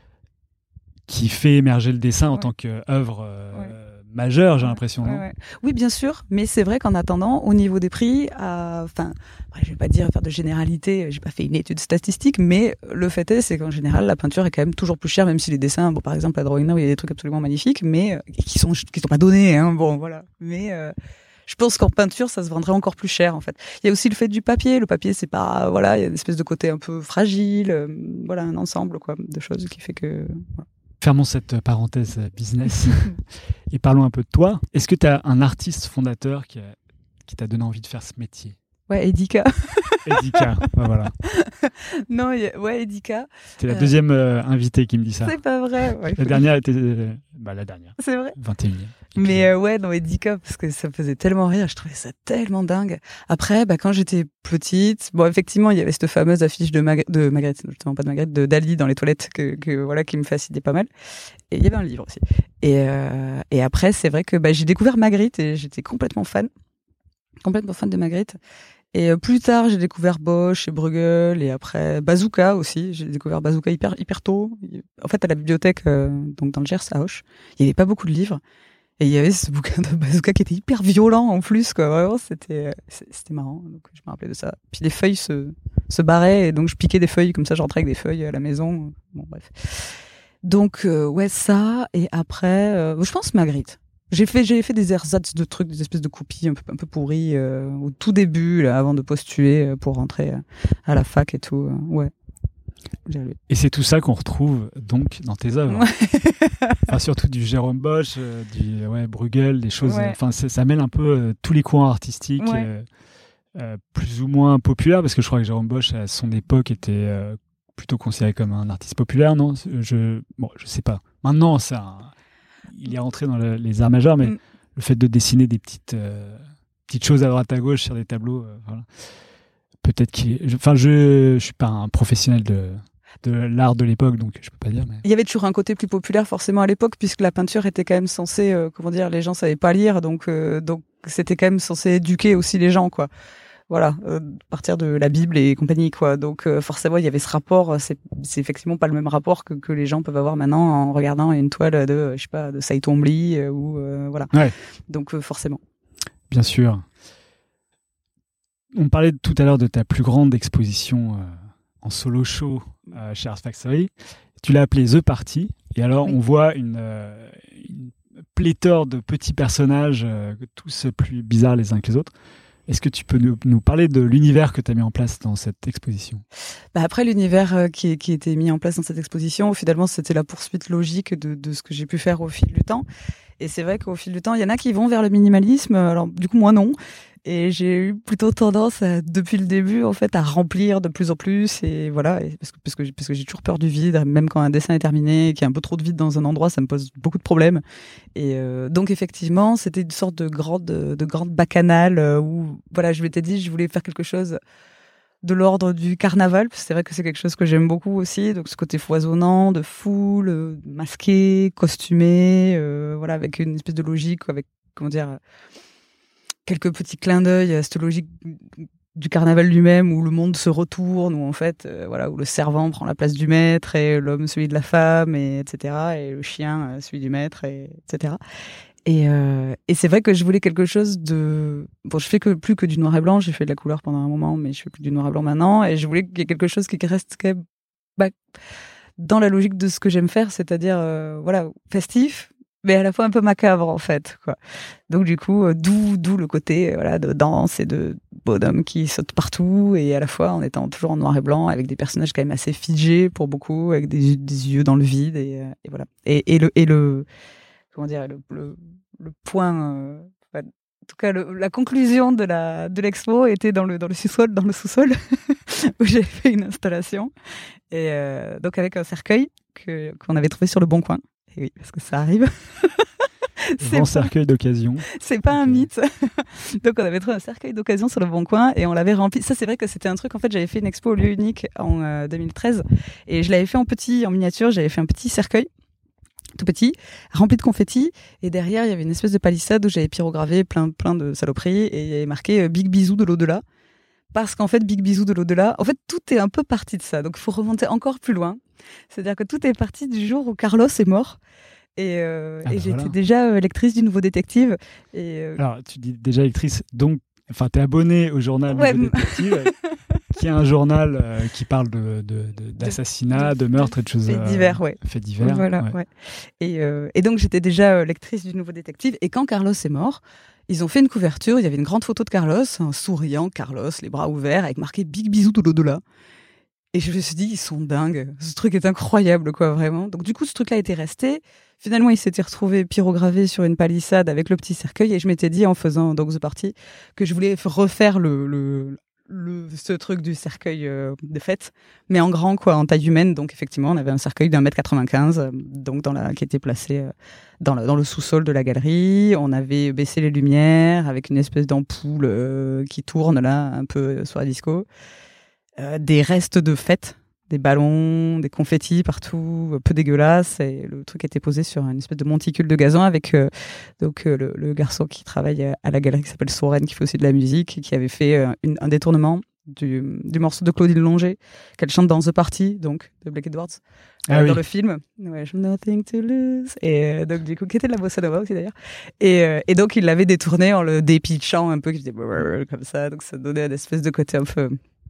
qui fait émerger le dessin en Ouais. tant qu'œuvre euh, Ouais. majeure, j'ai Ouais, l'impression. ouais, non ouais. Oui, bien sûr, mais c'est vrai qu'en attendant, au niveau des prix, euh, enfin, après, je vais pas dire faire de généralité, j'ai pas fait une étude statistique, mais le fait est, c'est qu'en général, la peinture est quand même toujours plus chère, même si les dessins, bon, par exemple, à Drawing Now, il y a des trucs absolument magnifiques, mais euh, qui sont qui sont pas donnés, hein, bon, voilà. Mais euh, je pense qu'en peinture, ça se vendrait encore plus cher, en fait. Il y a aussi le fait du papier. Le papier, c'est pas, voilà, il y a une espèce de côté un peu fragile, euh, voilà, un ensemble, quoi, de choses qui fait que. Voilà. Fermons cette parenthèse business et parlons un peu de toi. Est-ce que tu as un artiste fondateur qui, a- qui t'a donné envie de faire ce métier? Ouais, Edika. Edika, bah voilà. Non, il y a- ouais, Edika. T'es la Euh, deuxième euh, invitée qui me dit ça. C'est pas vrai. Ouais, La dernière était... euh, bah, la dernière, c'est vrai. vingt et unième. Mais euh, ouais, non, Edika, parce que ça me faisait tellement rire, je trouvais ça tellement dingue. Après, bah, quand j'étais petite, bon, effectivement, il y avait cette fameuse affiche de, Mag- de Magritte, justement pas de Magritte, de Dali dans les toilettes, que, que voilà, qui me fascinait pas mal. Et il y avait un livre aussi. Et, euh, et après, c'est vrai que bah, j'ai découvert Magritte et j'étais complètement fan, complètement fan de Magritte. Et euh, plus tard, j'ai découvert Bosch et Bruegel, et après Bazooka aussi. J'ai découvert Bazooka hyper hyper tôt. En fait, à la bibliothèque, euh, donc dans le Gers à Auch, il y avait pas beaucoup de livres. Et il y avait ce bouquin de Bazooka qui était hyper violent en plus, quoi. Vraiment, c'était, c'était marrant. Donc, je me rappelais de ça. Puis les feuilles se, se barraient, et donc je piquais des feuilles, comme ça, je rentrais avec des feuilles à la maison. Bon, bref. Donc, euh, ouais, ça. Et après, euh, je pense Magritte. J'ai fait, j'ai fait des ersatz de trucs, des espèces de copies un peu, un peu pourries, euh, au tout début, là, avant de postuler euh, pour rentrer euh, à la fac et tout. Euh, ouais. J'ai lu. Et c'est tout ça qu'on retrouve donc dans tes œuvres. Ouais. Enfin, surtout du Jérôme Bosch, euh, du ouais, Bruegel, des choses. Ouais. Enfin, ça, ça mêle un peu euh, tous les courants artistiques, Ouais. euh, euh, plus ou moins populaires, parce que je crois que Jérôme Bosch, à son époque, était euh, plutôt considéré comme un artiste populaire, non? Je, bon, je sais pas. Maintenant, c'est un- il est rentré dans le- les arts majeurs, mais Mm. le fait de dessiner des petites, euh, petites choses à droite à gauche sur des tableaux, euh, voilà. Peut-être qu'il est... Enfin, je, je suis pas un professionnel de, de l'art de l'époque, donc je peux pas dire. Mais... Il y avait toujours un côté plus populaire forcément à l'époque, puisque la peinture était quand même censée, euh, comment dire, les gens savaient pas lire, donc euh, donc c'était quand même censé éduquer aussi les gens, quoi. Voilà, euh, à partir de la Bible et compagnie, quoi. Donc euh, forcément, il y avait ce rapport. C'est, c'est effectivement pas le même rapport que, que les gens peuvent avoir maintenant en regardant une toile de, je sais pas, de Saïd Twombly euh, ou euh, voilà. Ouais. Donc euh, forcément. Bien sûr. On parlait tout à l'heure de ta plus grande exposition euh, en solo show euh, chez Art Factory. Tu l'as appelée The Party. Et alors, Oui. on voit une, euh, une pléthore de petits personnages, euh, tous plus bizarres les uns que les autres. Est-ce que tu peux nous, nous parler de l'univers que tu as mis en place dans cette exposition? Bah après, l'univers euh, qui, qui était mis en place dans cette exposition, finalement, c'était la poursuite logique de, de ce que j'ai pu faire au fil du temps. Et c'est vrai qu'au fil du temps, il y en a qui vont vers le minimalisme. Alors, du coup, moi, non. Et j'ai eu plutôt tendance, à, depuis le début, en fait, à remplir de plus en plus. Et voilà, et parce que, parce que, parce que j'ai toujours peur du vide. Même quand un dessin est terminé, qu'il y a un peu trop de vide dans un endroit, ça me pose beaucoup de problèmes. Et euh, donc, effectivement, c'était une sorte de grande, de grande bacchanale euh, où, voilà, je m'étais dit, je voulais faire quelque chose de l'ordre du carnaval, parce que c'est vrai que c'est quelque chose que j'aime beaucoup aussi, donc ce côté foisonnant, de foule, euh, masqué, costumé, euh, voilà, avec une espèce de logique, avec, comment dire, quelques petits clins d'œil à cette logique du carnaval lui-même, où le monde se retourne, où en fait, euh, voilà, où le servant prend la place du maître, et l'homme celui de la femme, et etc., et le chien euh, celui du maître, et etc. Et, euh, et c'est vrai que je voulais quelque chose de... Bon, je fais que, plus que du noir et blanc, j'ai fait de la couleur pendant un moment, mais je fais plus du noir et blanc maintenant, et je voulais qu'il y ait quelque chose qui reste quand même bah, dans la logique de ce que j'aime faire, c'est-à-dire, euh, voilà, festif, mais à la fois un peu macabre en fait, quoi. Donc du coup, euh, d'où d'où le côté euh, voilà de danse et de bonhomme qui saute partout et à la fois en étant toujours en noir et blanc avec des personnages quand même assez figés pour beaucoup, avec des, des yeux dans le vide et, euh, et voilà. Et, et le et le comment dire le le, le point. Euh, enfin, en tout cas, le, la conclusion de la de l'expo était dans le dans le sous-sol, dans le sous-sol où j'ai fait une installation et euh, donc avec un cercueil que qu'on avait trouvé sur le Bon Coin. Et oui, parce que ça arrive. Grand cercueil d'occasion. C'est pas okay. un mythe. Donc on avait trouvé un cercueil d'occasion sur le Bon Coin et on l'avait rempli. Ça c'est vrai que c'était un truc. En fait, j'avais fait une expo au lieu unique en euh, deux mille treize et je l'avais fait en petit, en miniature. J'avais fait un petit cercueil. Tout petit, rempli de confettis, et derrière il y avait une espèce de palissade où j'avais pyrogravé plein plein de saloperies et il y avait marqué euh, Big Bisou de l'au-delà, parce qu'en fait Big Bisou de l'au-delà, en fait tout est un peu parti de ça, donc il faut remonter encore plus loin, c'est-à-dire que tout est parti du jour où Carlos est mort et, euh, ah et bah j'étais voilà. déjà euh, lectrice du Nouveau Détective et euh... alors tu dis déjà lectrice, donc enfin t'es abonnée au journal ouais, Nouveau Détective qui est un journal euh, qui parle de, de, de, d'assassinats, de, de, de meurtres et de choses... Faits divers, ouais. Faits divers, voilà, ouais. ouais. Et, euh, et donc, j'étais déjà euh, lectrice du Nouveau Détective. Et quand Carlos est mort, ils ont fait une couverture. Il y avait une grande photo de Carlos, un souriant Carlos, les bras ouverts, avec marqué « Big bisou de l'au-delà ». Et je me suis dit, ils sont dingues. Ce truc est incroyable, quoi, vraiment. Donc, du coup, ce truc-là était resté. Finalement, il s'était retrouvé pyrogravé sur une palissade avec le petit cercueil. Et je m'étais dit, en faisant Dog the Party, que je voulais refaire le... le Le, ce truc du cercueil euh, de fête, mais en grand, quoi, en taille humaine. Donc, effectivement, on avait un cercueil d'un mètre quatre-vingt-quinze, euh, donc dans la, qui était placé euh, dans, la, dans le sous-sol de la galerie. On avait baissé les lumières avec une espèce d'ampoule euh, qui tourne là, un peu sur la disco. Euh, des restes de fête, des ballons, des confettis partout, un peu dégueulasse. Et le truc était posé sur une espèce de monticule de gazon avec euh, donc euh, le, le garçon qui travaille à la galerie qui s'appelle Soren, qui fait aussi de la musique, qui avait fait euh, une, un détournement du, du morceau de Claudine Longer qu'elle chante dans The Party, donc de Blake Edwards, euh, ah, dans oui. le film. Ouais, Nothing to lose. Et euh, donc du coup, qui était de la bossa nova aussi d'ailleurs. Et, euh, et donc il l'avait détourné en le dépitchant un peu, qui faisait comme ça. Donc ça donnait une espèce de côté un peu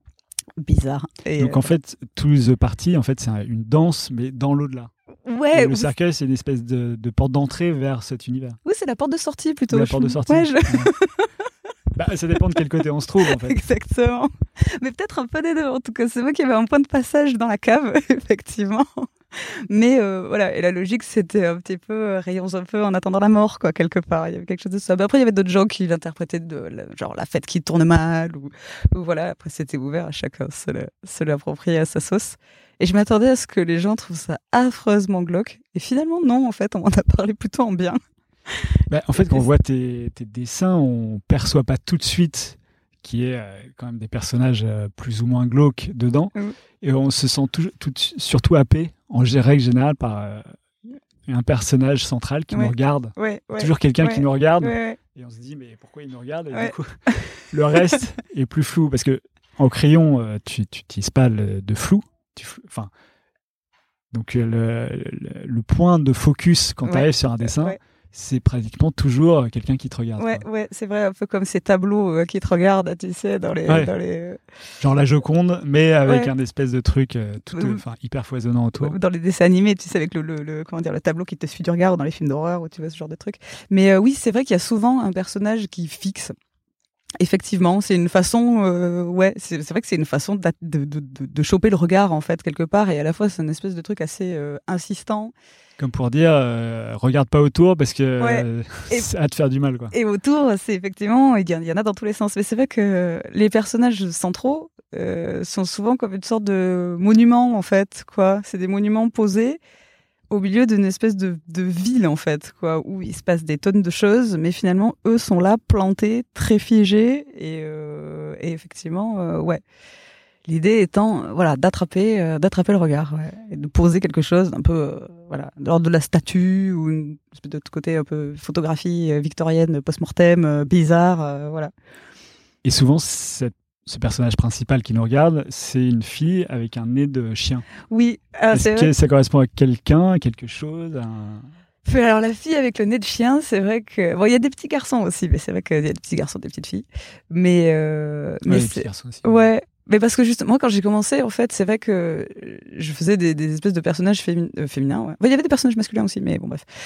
bizarre. Et donc euh, en fait, tout The Party, en fait, c'est une danse, mais dans l'au-delà. Ouais. Et le cercueil, c'est une espèce de, de porte d'entrée vers cet univers. Oui, c'est la porte de sortie plutôt. La porte de sortie. Ouais, je... ouais. Bah, ça dépend de quel côté on se trouve, en fait. Exactement. Mais peut-être un peu des deux. En tout cas, c'est moi qui avais un point de passage dans la cave, effectivement. Mais euh, voilà, et la logique, c'était un petit peu euh, rayons un peu en attendant la mort, quoi, quelque part. Il y avait quelque chose de ça. Mais après, il y avait d'autres gens qui l'interprétaient de la, genre la fête qui tourne mal, ou, ou voilà. Après, c'était ouvert à chacun se, le, se l'approprier à sa sauce. Et je m'attendais à ce que les gens trouvent ça affreusement glauque. Et finalement, non, en fait, on m'en a parlé plutôt en bien. Bah, en fait, quand on voit tes, tes dessins, on perçoit pas tout de suite qu'il y ait euh, quand même des personnages euh, plus ou moins glauques dedans. Mmh. Et on se sent tout, tout, surtout happé, en règle générale, par euh, un personnage central qui ouais. nous regarde. Ouais, ouais, Toujours quelqu'un ouais, qui nous regarde. Ouais, ouais. Et on se dit, mais pourquoi il nous regarde? Et ouais. du coup, le reste est plus flou. Parce que en crayon, euh, tu n'utilises pas le, de flou. Enfin, donc le, le, le point de focus quand ouais. tu arrives sur un dessin, ouais. c'est pratiquement toujours quelqu'un qui te regarde. Ouais, ouais, c'est vrai, un peu comme ces tableaux euh, qui te regardent, tu sais, dans les, ouais. dans les... genre la Joconde, mais avec ouais. un espèce de truc euh, tout, euh, enfin, hyper foisonnant autour. Dans les dessins animés, tu sais, avec le, le, le comment dire, le tableau qui te suit du regard, dans les films d'horreur où tu vois ce genre de truc. Mais euh, oui, c'est vrai qu'il y a souvent un personnage qui fixe. Effectivement, c'est une façon, euh, ouais, c'est, c'est vrai que c'est une façon de, de, de, de choper le regard en fait quelque part, et à la fois c'est une espèce de truc assez euh, insistant. Comme pour dire, euh, regarde pas autour parce que ouais. euh, ça va te faire du mal, quoi. Et autour, c'est effectivement, il y, y en a dans tous les sens. Mais c'est vrai que les personnages centraux euh, sont souvent comme une sorte de monument en fait, quoi. C'est des monuments posés au milieu d'une espèce de, de ville, en fait, quoi, où il se passe des tonnes de choses, mais finalement, eux sont là, plantés, très figés, et, euh, et effectivement, euh, ouais. L'idée étant, euh, voilà, d'attraper, euh, d'attraper le regard, ouais, et de poser quelque chose d'un peu, euh, voilà, de l'ordre de la statue, ou une espèce de côté un peu photographie euh, victorienne, post-mortem, euh, bizarre, euh, voilà. Et souvent, cette ce personnage principal qui nous regarde, c'est une fille avec un nez de chien. Oui, ah, Est-ce c'est que vrai. ça correspond à quelqu'un, à quelque chose, à un... Alors la fille avec le nez de chien, c'est vrai que bon, il y a des petits garçons aussi, mais c'est vrai qu'il y a des petits garçons, des petites filles. Mais euh, ouais, mais les c'est... petits garçons aussi. Ouais. Mais parce que justement, quand j'ai commencé, en fait, c'est vrai que je faisais des, des espèces de personnages fémin... euh, féminins. Ouais. Enfin, il y avait des personnages masculins aussi, mais bon bref.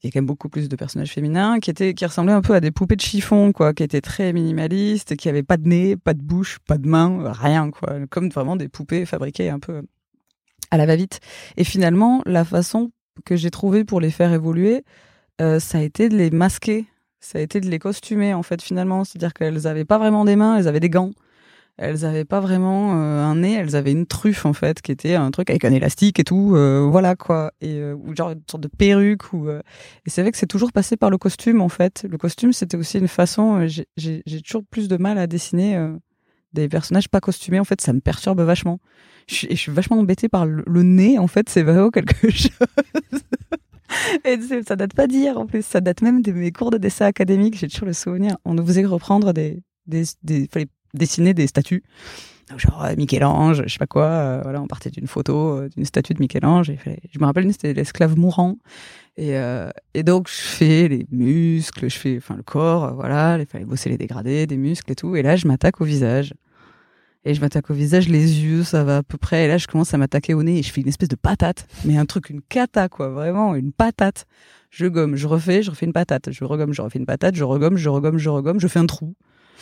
il y a quand même beaucoup plus de personnages féminins qui étaient, qui ressemblaient un peu à des poupées de chiffon, quoi, qui étaient très minimalistes, qui avaient pas de nez, pas de bouche, pas de main, rien, quoi, comme vraiment des poupées fabriquées un peu à la va-vite. Et finalement, la façon que j'ai trouvée pour les faire évoluer, euh, ça a été de les masquer, ça a été de les costumer, en fait, finalement. C'est-à-dire qu'elles avaient pas vraiment des mains, elles avaient des gants. Elles avaient pas vraiment euh, un nez, elles avaient une truffe en fait, qui était un truc avec un élastique et tout, euh, voilà quoi, et euh, ou genre une sorte de perruque ou. Euh... Et c'est vrai que c'est toujours passé par le costume en fait. Le costume, c'était aussi une façon. Euh, j'ai, j'ai, j'ai toujours plus de mal à dessiner euh, des personnages pas costumés. En fait, ça me perturbe vachement. Je suis, et je suis vachement embêtée par le, le nez. En fait, c'est vraiment quelque chose. Et ça date pas d'hier en plus. Ça date même de mes cours de dessin académique. J'ai toujours le souvenir. On nous faisait reprendre des, des, des fallait dessiner des statues, genre euh, Michel-Ange, je sais pas quoi. Euh, voilà, on partait d'une photo euh, d'une statue de Michel-Ange. Et fait, je me rappelle, c'était l'esclave mourant. Et, euh, et donc je fais les muscles, je fais, enfin le corps, euh, voilà. Il fallait bosser les dégradés, des muscles et tout. Et là, je m'attaque au visage. Et je m'attaque au visage, les yeux, ça va à peu près. Et là, je commence à m'attaquer au nez et je fais une espèce de patate, mais un truc, une cata quoi, vraiment une patate. Je gomme, je refais, je refais une patate, je regomme, je refais une patate, je regomme, je regomme, je regomme, je fais un trou.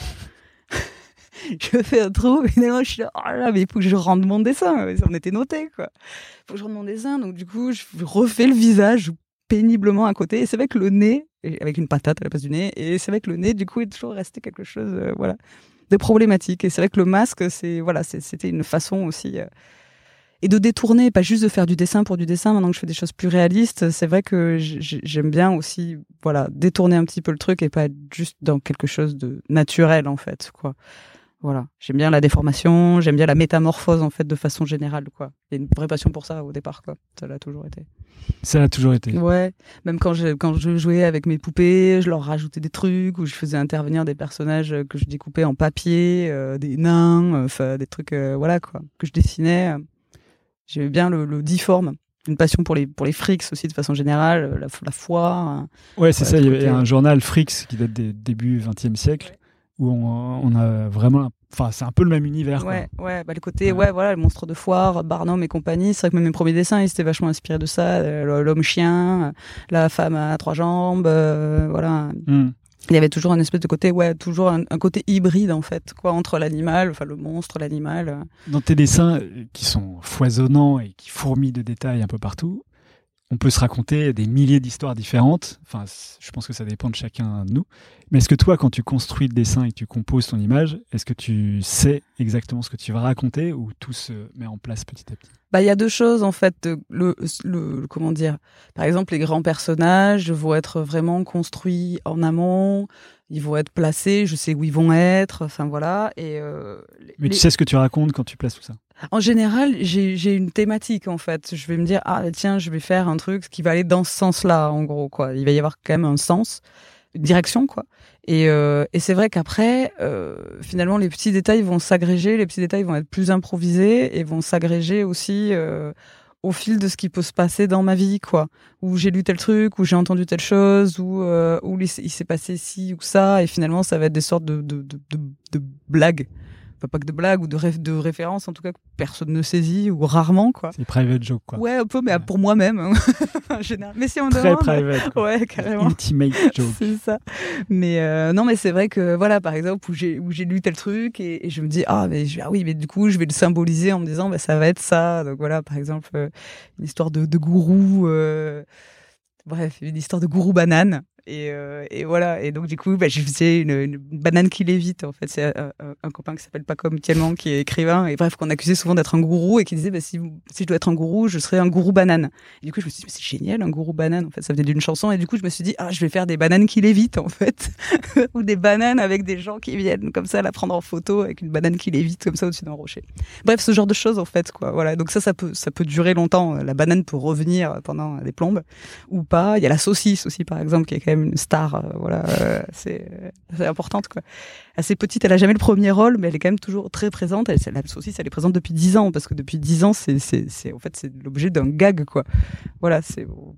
Je fais un trou, et finalement je suis là, oh là, mais il faut que je rende mon dessin, on était noté quoi. Il faut que je rende mon dessin, donc du coup je refais le visage péniblement à côté, et c'est vrai que le nez, avec une patate à la place du nez, et c'est vrai que le nez du coup est toujours resté quelque chose, euh, voilà, de problématique. Et c'est vrai que le masque, c'est voilà, c'est, c'était une façon aussi, euh, et de détourner, pas juste de faire du dessin pour du dessin. Maintenant que je fais des choses plus réalistes, c'est vrai que j'aime bien aussi, voilà, détourner un petit peu le truc et pas être juste dans quelque chose de naturel en fait, quoi. Voilà, j'aime bien la déformation, j'aime bien la métamorphose en fait de façon générale quoi. Il y a une vraie passion pour ça au départ quoi. Ça l'a toujours été. Ça l'a toujours été. Ouais, même quand je quand je jouais avec mes poupées, je leur rajoutais des trucs ou je faisais intervenir des personnages que je découpais en papier, euh, des nains, enfin euh, des trucs euh, voilà quoi, que je dessinais. J'aimais bien le, le difforme. Une passion pour les pour les frics aussi de façon générale, la, la foire. Ouais, c'est voilà, ça. Il y avait côté... un journal Frix qui date des débuts vingtième siècle. Ouais. Où on, on a vraiment, enfin c'est un peu le même univers. Ouais, quoi. ouais, bah le côté, ouais. ouais, voilà, le monstre de foire, Barnum et compagnie. C'est vrai que même mes premiers dessins, ils étaient vachement inspirés de ça. Euh, l'homme chien, la femme à trois jambes, euh, voilà. Mm. Il y avait toujours un espèce de côté, ouais, toujours un, un côté hybride en fait, quoi, entre l'animal, enfin le monstre, l'animal. Dans tes dessins qui sont foisonnants et qui fourmillent de détails un peu partout, on peut se raconter des milliers d'histoires différentes. Enfin, je pense que ça dépend de chacun de nous. Mais est-ce que toi, quand tu construis le dessin et que tu composes ton image, est-ce que tu sais exactement ce que tu vas raconter ou tout se met en place petit à petit ? Bah, il y a deux choses, en fait. Le, le, le, comment dire ? Par exemple, les grands personnages vont être vraiment construits en amont. Ils vont être placés, je sais où ils vont être. Enfin, voilà. Et, euh, Mais les... tu sais ce que tu racontes quand tu places tout ça ? En général, j'ai, j'ai une thématique, en fait. Je vais me dire, ah, tiens, je vais faire un truc qui va aller dans ce sens-là, en gros, quoi. Il va y avoir quand même un sens, une direction, quoi. Et, euh, et c'est vrai qu'après, euh, finalement, les petits détails vont s'agréger, les petits détails vont être plus improvisés et vont s'agréger aussi euh, au fil de ce qui peut se passer dans ma vie, quoi. Où j'ai lu tel truc, où j'ai entendu telle chose, où, euh, où il s'est passé ci ou ça, et finalement, ça va être des sortes de, de, de, de, de blagues. Enfin, pas que de blagues ou de, ré- de références, en tout cas, que personne ne saisit ou rarement, quoi. C'est private joke, quoi. Ouais, un peu, mais ouais. Pour moi-même, hein. En général. Mais si on Très demande, private. Quoi. Ouais, carrément. Intimate joke. C'est ça. Mais euh, non, mais c'est vrai que voilà, par exemple, où j'ai où j'ai lu tel truc et, et je me dis ah mais je, ah oui, mais du coup je vais le symboliser en me disant bah ça va être ça. Donc voilà, par exemple euh, une histoire de, de gourou. Euh, bref, une histoire de gourou banane. Et, euh, et voilà. Et donc, du coup, bah, je faisais une, une banane qui lévite. En fait, c'est un, un, un copain qui s'appelle Paco Tielman, qui est écrivain. Et bref, qu'on accusait souvent d'être un gourou et qui disait, bah, si, si je dois être un gourou, je serais un gourou banane. Et du coup, je me suis dit, mais c'est génial, un gourou banane. En fait, ça venait d'une chanson. Et du coup, je me suis dit, ah, je vais faire des bananes qui lévitent, en fait. Ou des bananes avec des gens qui viennent comme ça la prendre en photo avec une banane qui lévite comme ça au-dessus d'un rocher. Bref, ce genre de choses, en fait, quoi. Voilà. Donc ça, ça peut, ça peut durer longtemps. La banane peut revenir pendant des plombes ou pas. Il y a la saucisse aussi, par exemple, qui est quand même une star, euh, voilà, euh, c'est, euh, c'est importante, quoi. Assez petite, elle a jamais le premier rôle, mais elle est quand même toujours très présente. Elle, la saucisse, elle est présente depuis dix ans, parce que depuis dix ans, c'est, c'est, c'est, en fait, c'est l'objet d'un gag, quoi. Voilà, c'est,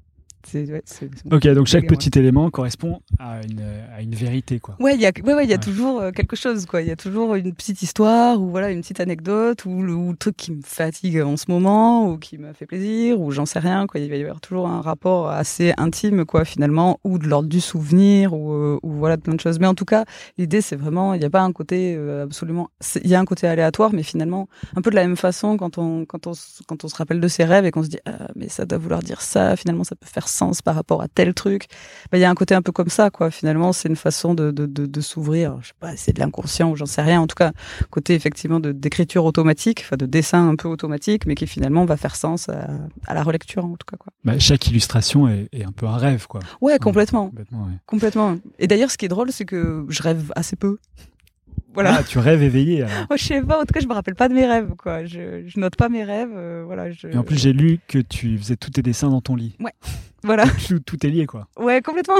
c'est, ouais, c'est, c'est bon. Ok, donc chaque Gamin. petit élément correspond à une, à une vérité, quoi. Ouais, il y a, ouais, ouais, il y a Ouais. toujours euh, quelque chose, quoi. Il y a toujours une petite histoire ou voilà une petite anecdote ou le, ou le truc qui me fatigue en ce moment ou qui me fait plaisir ou j'en sais rien, quoi. Il va y avoir toujours un rapport assez intime, quoi, finalement, ou de l'ordre du souvenir ou, euh, ou voilà plein de choses. Mais en tout cas, l'idée, c'est vraiment, il n'y a pas un côté euh, absolument, c'est- il y a un côté aléatoire, mais finalement, un peu de la même façon quand on, quand on, s- quand on se rappelle de ses rêves et qu'on se dit, ah, mais ça doit vouloir dire ça, finalement, ça peut faire sens par rapport à tel truc. Ben, il y a un côté un peu comme ça, quoi. Finalement, c'est une façon de, de, de, de s'ouvrir. Je sais pas, c'est de l'inconscient ou j'en sais rien. En tout cas, côté effectivement de d'écriture automatique, enfin de dessin un peu automatique, mais qui finalement va faire sens à, à la relecture, en tout cas, quoi. Bah, chaque illustration est, est un peu un rêve, quoi. Ouais, complètement, Complètement, ouais. complètement. Et d'ailleurs, ce qui est drôle, c'est que je rêve assez peu. Voilà. Ah, tu rêves éveillé, alors. Moi, je sais pas. En tout cas, je me rappelle pas de mes rêves, quoi. Je, je note pas mes rêves. Euh, voilà. Je... Et en plus, j'ai lu que tu faisais tous tes dessins dans ton lit. Voilà. Tout, tout est lié, quoi. Ouais, complètement.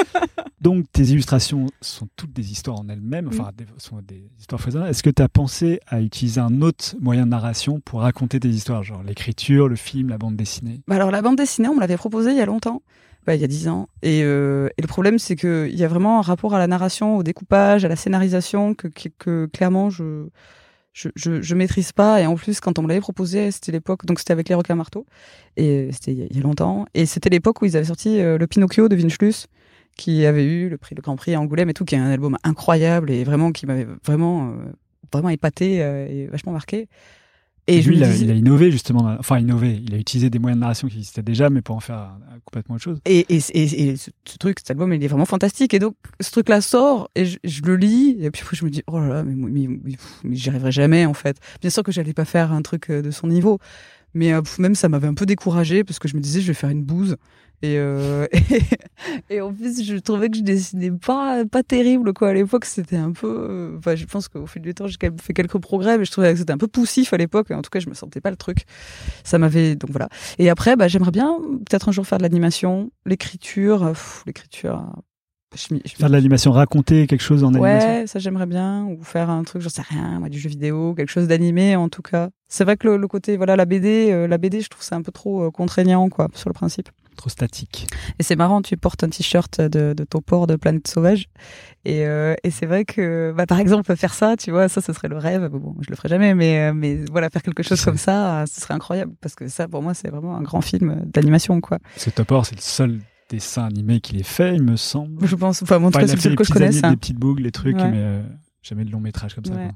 Donc, tes illustrations sont toutes des histoires en elles-mêmes, enfin, des, sont des histoires foisonnantes. Est-ce que tu as pensé à utiliser un autre moyen de narration pour raconter tes histoires, genre l'écriture, le film, la bande dessinée? Bah alors, la bande dessinée, on me l'avait proposée il y a longtemps. Bah, il y a dix ans. Et, euh, et le problème, c'est qu'il y a vraiment un rapport à la narration, au découpage, à la scénarisation que, que, que clairement, je, je, je, je maîtrise pas. Et en plus, quand on me l'avait proposé, c'était l'époque, donc c'était avec Les Requins Marteaux. Et c'était il y a- il y a longtemps. Et c'était l'époque où ils avaient sorti euh, le Pinocchio de Vincelus, qui avait eu le prix, le Grand Prix à Angoulême et tout, qui est un album incroyable et vraiment, qui m'avait vraiment, euh, vraiment épaté euh, et vachement marqué. Et je lui, me il, a, disais- il a innové, justement. dans- Enfin, innové. Il a utilisé des moyens de narration qui existaient déjà, mais pour en faire un- un- complètement autre chose. Et, et, et, et ce, ce truc, cet album, il est vraiment fantastique. Et donc, ce truc-là sort, et je, je le lis, et puis après, je me dis, oh là là, mais, mais, mais, pff, mais j'y arriverai jamais, en fait. Bien sûr que j'allais pas faire un truc euh, de son niveau, mais euh, pff, même ça m'avait un peu découragée, parce que je me disais, je vais faire une bouse. Et, euh, et, et en plus, je trouvais que je dessinais pas, pas terrible, quoi. À l'époque, c'était un peu, euh, enfin, je pense qu'au fil du temps, j'ai quand même fait quelques progrès, mais je trouvais que c'était un peu poussif à l'époque. Et en tout cas, je me sentais pas le truc. Ça m'avait, donc voilà. Et après, bah, j'aimerais bien peut-être un jour faire de l'animation, l'écriture, euh, pff, l'écriture. euh, Je, m'y- je m'y- Faire de l'animation, raconter quelque chose en animation. Ouais, ça j'aimerais bien, ou faire un truc, j'en sais rien, moi, du jeu vidéo, quelque chose d'animé en tout cas. C'est vrai que le, le côté, voilà, la B D, euh, la B D, je trouve c'est un peu trop euh, contraignant, quoi, sur le principe. Trop statique. Et c'est marrant, tu portes un t-shirt de, de ton port de Planète Sauvage, et, euh, et c'est vrai que, bah, par exemple, faire ça, tu vois, ça, ce serait le rêve. Bon, je le ferai jamais, mais, euh, mais voilà, faire quelque chose comme ça, euh, ce serait incroyable, parce que ça, pour moi, c'est vraiment un grand film d'animation, quoi. Ce Topor, c'est le seul dessin animé qu'il ait fait, il me semble. Je pense, enfin, en tout Enfin, cas, il c'est a le fait seul les que je petits connaisse. animés, hein. des petites boucles, des trucs, Ouais. mais euh, jamais de long métrage comme ça. Ouais. quoi.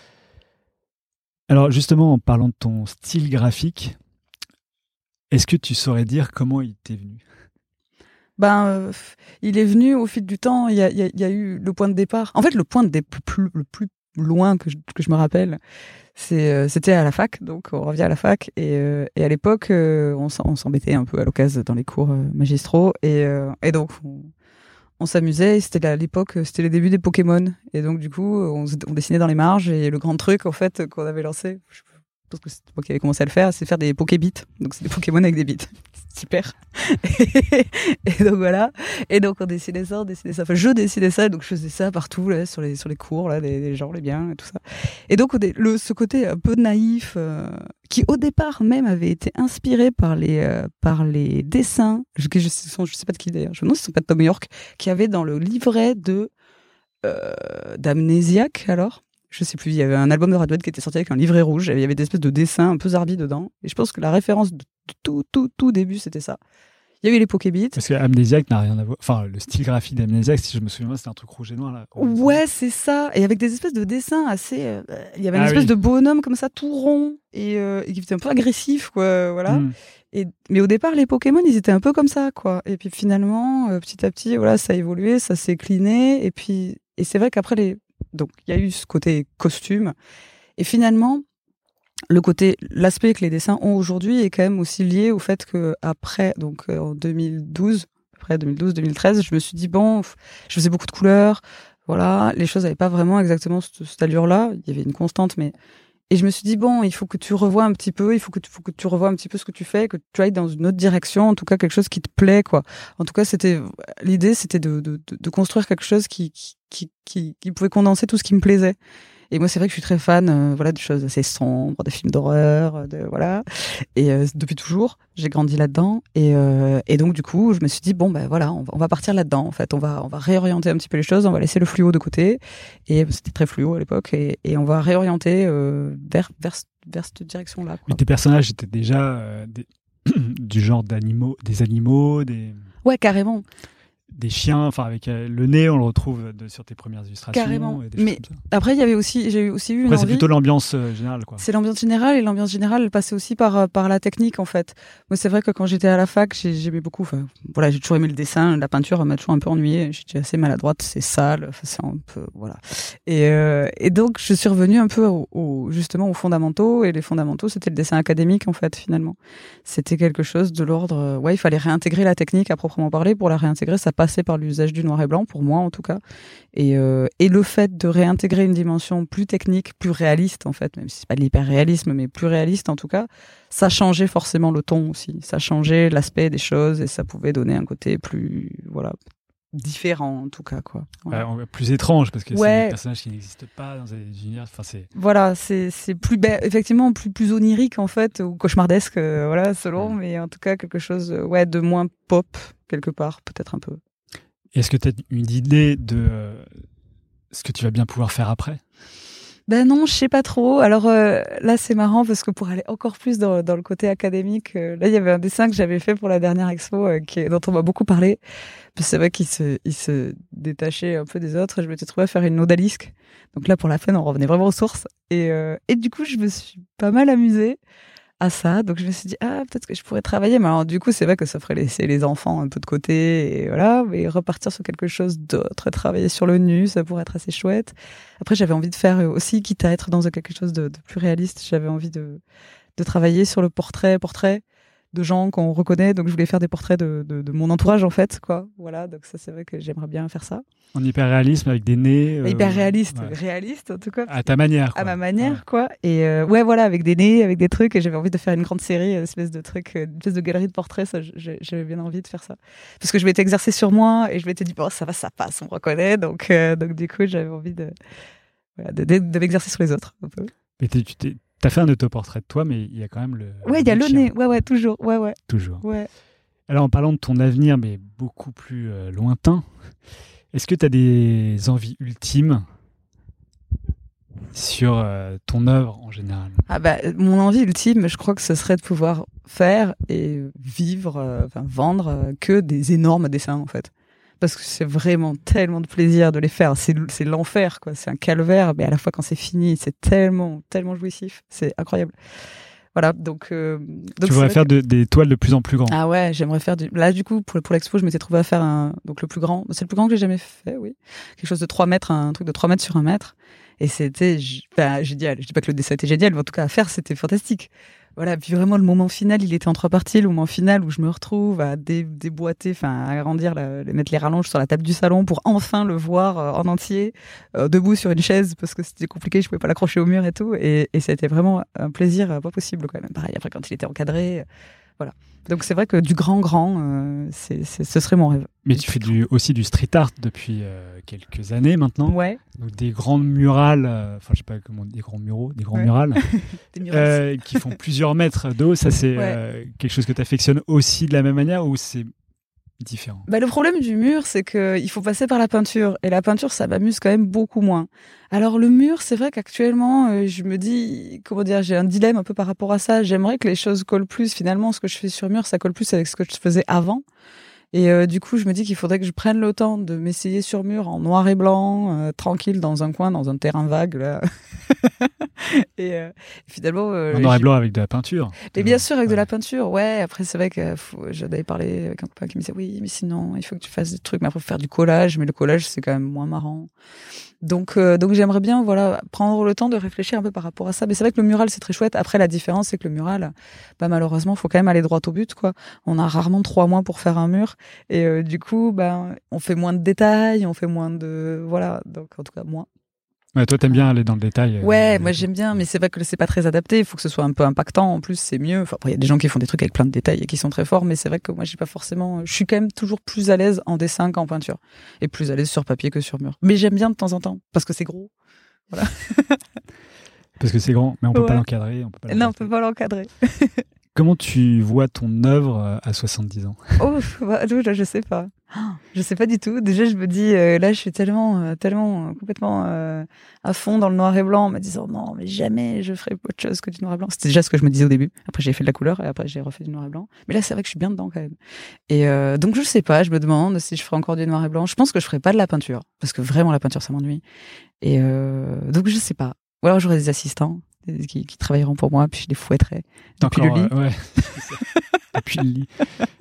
Alors justement, en parlant de ton style graphique, est-ce que tu saurais dire comment il t'est venu? Ben, euh, il est venu au fil du temps. Il y a, il y a, il y a eu le point de départ. En fait, le point de départ plus, le plus loin que je, que je me rappelle, c'est, euh, c'était à la fac. Donc, on revient à la fac. Et, euh, et à l'époque, euh, on, s'en- on s'embêtait un peu à l'occasion dans les cours euh, magistraux. Et, euh, et donc, on, on s'amusait. Et c'était à l'époque, c'était les débuts des Pokémon. Et donc, du coup, on, se- on dessinait dans les marges. Et le grand truc, en fait, qu'on avait lancé, je pense que c'est moi qui avais commencé à le faire, c'est faire des Pokébits. Donc, c'est des Pokémon avec des bits. Super. Et donc voilà. Et donc on dessinait ça, on dessinait ça. Enfin, je dessinais ça, donc je faisais ça partout là, sur les sur les cours là, les, les gens, les biens et tout ça. Et donc le ce côté un peu naïf, euh, qui au départ même avait été inspiré par les euh, par les dessins. Je, je, sais, je sais pas de qui d'ailleurs. Je me demande si ce sont pas de Tom York, qui avait dans le livret de euh, d'Amnésiaque alors. Je sais plus, il y avait un album de Radiohead qui était sorti avec un livret rouge, et il y avait des espèces de dessins un peu zarbi dedans. Et je pense que la référence de tout, tout, tout début, c'était ça. Il y a eu les Pokébits. Parce que Amnésiaque n'a rien à voir. Enfin, le style graphique d'Amnésiaque, si je me souviens bien, c'était un truc rouge et noir là. Ouais, c'est ça. Et avec des espèces de dessins assez. euh, il y avait une Ah espèce oui. de bonhomme comme ça, tout rond, et, euh, et qui était un peu agressif, quoi. Voilà. Mm. Et, mais au départ, les Pokémon, ils étaient un peu comme ça, quoi. Et puis finalement, euh, petit à petit, voilà, ça a évolué, ça s'est cliné. Et puis, et c'est vrai qu'après les. Donc, il y a eu ce côté costume. Et finalement, le côté, l'aspect que les dessins ont aujourd'hui est quand même aussi lié au fait que après, donc euh, en deux mille douze, après deux mille douze, deux mille treize, je me suis dit bon, pff, je faisais beaucoup de couleurs, voilà, les choses n'avaient pas vraiment exactement cette, cette allure-là. Il y avait une constante, mais et je me suis dit bon, il faut que tu revoies un petit peu, il faut que tu, faut que tu revoies un petit peu ce que tu fais, que tu ailles dans une autre direction, en tout cas quelque chose qui te plaît, quoi. En tout cas, c'était l'idée, c'était de, de, de, de construire quelque chose qui qui, qui qui qui pouvait condenser tout ce qui me plaisait. Et moi, c'est vrai que je suis très fan, euh, voilà, de choses assez sombres, de films d'horreur, de voilà. Et euh, depuis toujours, j'ai grandi là-dedans. Et, euh, et donc, du coup, je me suis dit bon, ben voilà, on va, on va partir là-dedans. En fait, on va, on va réorienter un petit peu les choses. On va laisser le fluo de côté. Et c'était très fluo à l'époque. Et, et on va réorienter euh, vers, vers, vers cette direction-là. Quoi. Mais tes personnages étaient déjà euh, des... du genre d'animaux, des animaux, des. Ouais, carrément. Des chiens, enfin avec euh, le nez, on le retrouve de, sur tes premières illustrations. Carrément. Et des choses Mais comme ça. après, il y avait aussi, j'ai aussi eu une Après, envie. c'est plutôt l'ambiance euh, générale, quoi. C'est l'ambiance générale, et l'ambiance générale, elle passait aussi par par la technique, en fait. Moi, c'est vrai que quand j'étais à la fac, j'ai, j'aimais beaucoup. Enfin, voilà, j'ai toujours aimé le dessin, la peinture m'a toujours un peu ennuyée. J'étais assez maladroite, c'est sale, c'est un peu voilà. Et euh, et donc, je suis revenue un peu au, au justement aux fondamentaux, et les fondamentaux, c'était le dessin académique, en fait, finalement. C'était quelque chose de l'ordre. Ouais, il fallait réintégrer la technique à proprement parler. Pour la réintégrer, ça passait par l'usage du noir et blanc, pour moi en tout cas. Et, euh, et le fait de réintégrer une dimension plus technique, plus réaliste en fait, même si c'est pas de l'hyper-réalisme, mais plus réaliste en tout cas, ça changeait forcément le ton aussi. Ça changeait l'aspect des choses et ça pouvait donner un côté plus, voilà, différent en tout cas, quoi. Voilà. Ouais, plus étrange parce que ouais. c'est des personnages qui n'existent pas dans des univers. Enfin, c'est. Voilà, c'est c'est plus ben, effectivement plus plus onirique en fait ou cauchemardesque, euh, voilà, selon, ouais. Mais en tout cas quelque chose, ouais, de moins pop quelque part, peut-être un peu. Est-ce que tu as une idée de euh, ce que tu vas bien pouvoir faire après ? Ben non, je sais pas trop. Alors euh, là, c'est marrant parce que pour aller encore plus dans, dans le côté académique, euh, là, il y avait un dessin que j'avais fait pour la dernière expo euh, qui est, dont on m'a beaucoup parlé. Puis c'est vrai qu'il se, il se détachait un peu des autres. Je m'étais trouvée à faire une odalisque. Donc là, pour la peine, on revenait vraiment aux sources. Et, euh, et du coup, je me suis pas mal amusée à ça. Donc je me suis dit, ah, peut-être que je pourrais travailler. Mais alors du coup, c'est vrai que ça ferait laisser les enfants un peu de côté. Et voilà, mais repartir sur quelque chose d'autre, travailler sur le nu, ça pourrait être assez chouette. Après, j'avais envie de faire aussi, quitte à être dans quelque chose de, de plus réaliste, j'avais envie de, de travailler sur le portrait, portrait de gens qu'on reconnaît. Donc je voulais faire des portraits de, de, de mon entourage, en fait, quoi. Voilà, donc ça, c'est vrai que j'aimerais bien faire ça. En hyper-réalisme, avec des nez... Euh, hyper réaliste, ouais. réaliste en tout cas. À ta manière, quoi. À ma manière, ouais. quoi. Et euh, ouais, voilà, avec des nez, avec des trucs. Et j'avais envie de faire une grande série, une espèce de truc, une espèce de galerie de portraits. Ça, j'avais bien envie de faire ça. Parce que je m'étais exercée sur moi et je m'étais dit, bon, ça va, ça passe, on me reconnaît. Donc, euh, donc du coup, j'avais envie de, voilà, de, de, de m'exercer sur les autres, un peu. Mais tu t'es... T'as fait un autoportrait de toi, mais il y a quand même le. Ouais, il y a le nez. Ouais, ouais, toujours. Ouais, ouais. Toujours. Ouais. Alors, en parlant de ton avenir, mais beaucoup plus euh, lointain, est-ce que tu as des envies ultimes sur euh, ton œuvre en général ? Ah bah, mon envie ultime, je crois que ce serait de pouvoir faire et vivre, euh, enfin vendre euh, que des énormes dessins, en fait. Parce que c'est vraiment tellement de plaisir de les faire. C'est, c'est l'enfer, quoi. C'est un calvaire, mais à la fois quand c'est fini, c'est tellement, tellement jouissif. C'est incroyable. Voilà, donc... Euh, donc tu voudrais faire que... de, des toiles de plus en plus grandes. Ah ouais, j'aimerais faire du... Là, du coup, pour, pour l'expo, je m'étais trouvée à faire un... donc le plus grand. C'est le plus grand que j'ai jamais fait, oui. Quelque chose de trois mètres, un truc de trois mètres sur un mètre. Et c'était ben, génial. Je dis pas que le dessin était génial, mais en tout cas, à faire, c'était fantastique. Voilà, puis vraiment, le moment final, il était en trois parties. Le moment final où je me retrouve à dé- déboîter, enfin, à agrandir, la, mettre les rallonges sur la table du salon pour enfin le voir euh, en entier, euh, debout sur une chaise, parce que c'était compliqué, je pouvais pas l'accrocher au mur et tout. Et, et c'était vraiment un plaisir euh, pas possible, quand même. Pareil, après, quand il était encadré, euh, voilà. Donc c'est vrai que du grand, grand, euh, c'est, c'est, ce serait mon rêve. Mais tu fais du, aussi du street art depuis euh, quelques années maintenant. Ouais. Donc des grandes murales, euh, enfin je sais pas comment, des grands muraux, des grands ouais. murales, des euh, qui font plusieurs mètres de haut. Ça c'est ouais. euh, quelque chose que tu affectionnes aussi de la même manière ou c'est différent ? Bah, le problème du mur, c'est qu'il faut passer par la peinture. Et la peinture, ça m'amuse quand même beaucoup moins. Alors le mur, c'est vrai qu'actuellement, euh, je me dis, comment dire, j'ai un dilemme un peu par rapport à ça. J'aimerais que les choses collent plus. Finalement, ce que je fais sur mur, ça colle plus avec ce que je faisais avant. Et euh, du coup, je me dis qu'il faudrait que je prenne le temps de m'essayer sur mur en noir et blanc, euh, tranquille, dans un coin, dans un terrain vague, là. et euh, finalement... Euh, en noir et blanc avec de la peinture. Mais bien sûr, avec ouais. de la peinture, ouais. Après, c'est vrai que faut, j'en avais parlé avec un copain qui me disait, oui, mais sinon, il faut que tu fasses des trucs. Mais après, faut faire du collage. Mais le collage, c'est quand même moins marrant. Donc, euh, donc j'aimerais bien, voilà, prendre le temps de réfléchir un peu par rapport à ça. Mais c'est vrai que le mural, c'est très chouette. Après, la différence, c'est que le mural, bah, malheureusement, faut quand même aller droit au but, quoi. On a rarement trois mois pour faire un mur. Et euh, du coup, bah, on fait moins de détails, on fait moins de, voilà. Donc, en tout cas, moins. Ouais, toi, t'aimes bien aller dans le détail. Ouais, euh, moi, j'aime bien, mais c'est vrai que c'est pas très adapté. Il faut que ce soit un peu impactant. En plus, c'est mieux. Enfin, il y a des gens qui font des trucs avec plein de détails et qui sont très forts, mais c'est vrai que moi, j'ai pas forcément, je suis quand même toujours plus à l'aise en dessin qu'en peinture. Et plus à l'aise sur papier que sur mur. Mais j'aime bien de temps en temps, parce que c'est gros. Voilà. Parce que c'est grand, mais on peut Ouais. pas l'encadrer. On peut pas Non, on l'emporter. peut pas l'encadrer. Comment tu vois ton œuvre à soixante-dix ans? Oh, bah, je, je sais pas. Je sais pas du tout. Déjà, je me dis, euh, là, je suis tellement, euh, tellement euh, complètement euh, à fond dans le noir et blanc, en me disant non, mais jamais je ferai autre chose que du noir et blanc. C'était déjà ce que je me disais au début. Après, j'ai fait de la couleur et après, j'ai refait du noir et blanc. Mais là, c'est vrai que je suis bien dedans quand même. Et euh, donc, je sais pas. Je me demande si je ferai encore du noir et blanc. Je pense que je ferai pas de la peinture parce que vraiment, la peinture, ça m'ennuie. Et euh, donc, je sais pas. Ou alors, j'aurai des assistants qui, qui travailleront pour moi, puis je les fouetterai depuis Encore, le lit. euh, ouais. Depuis le lit.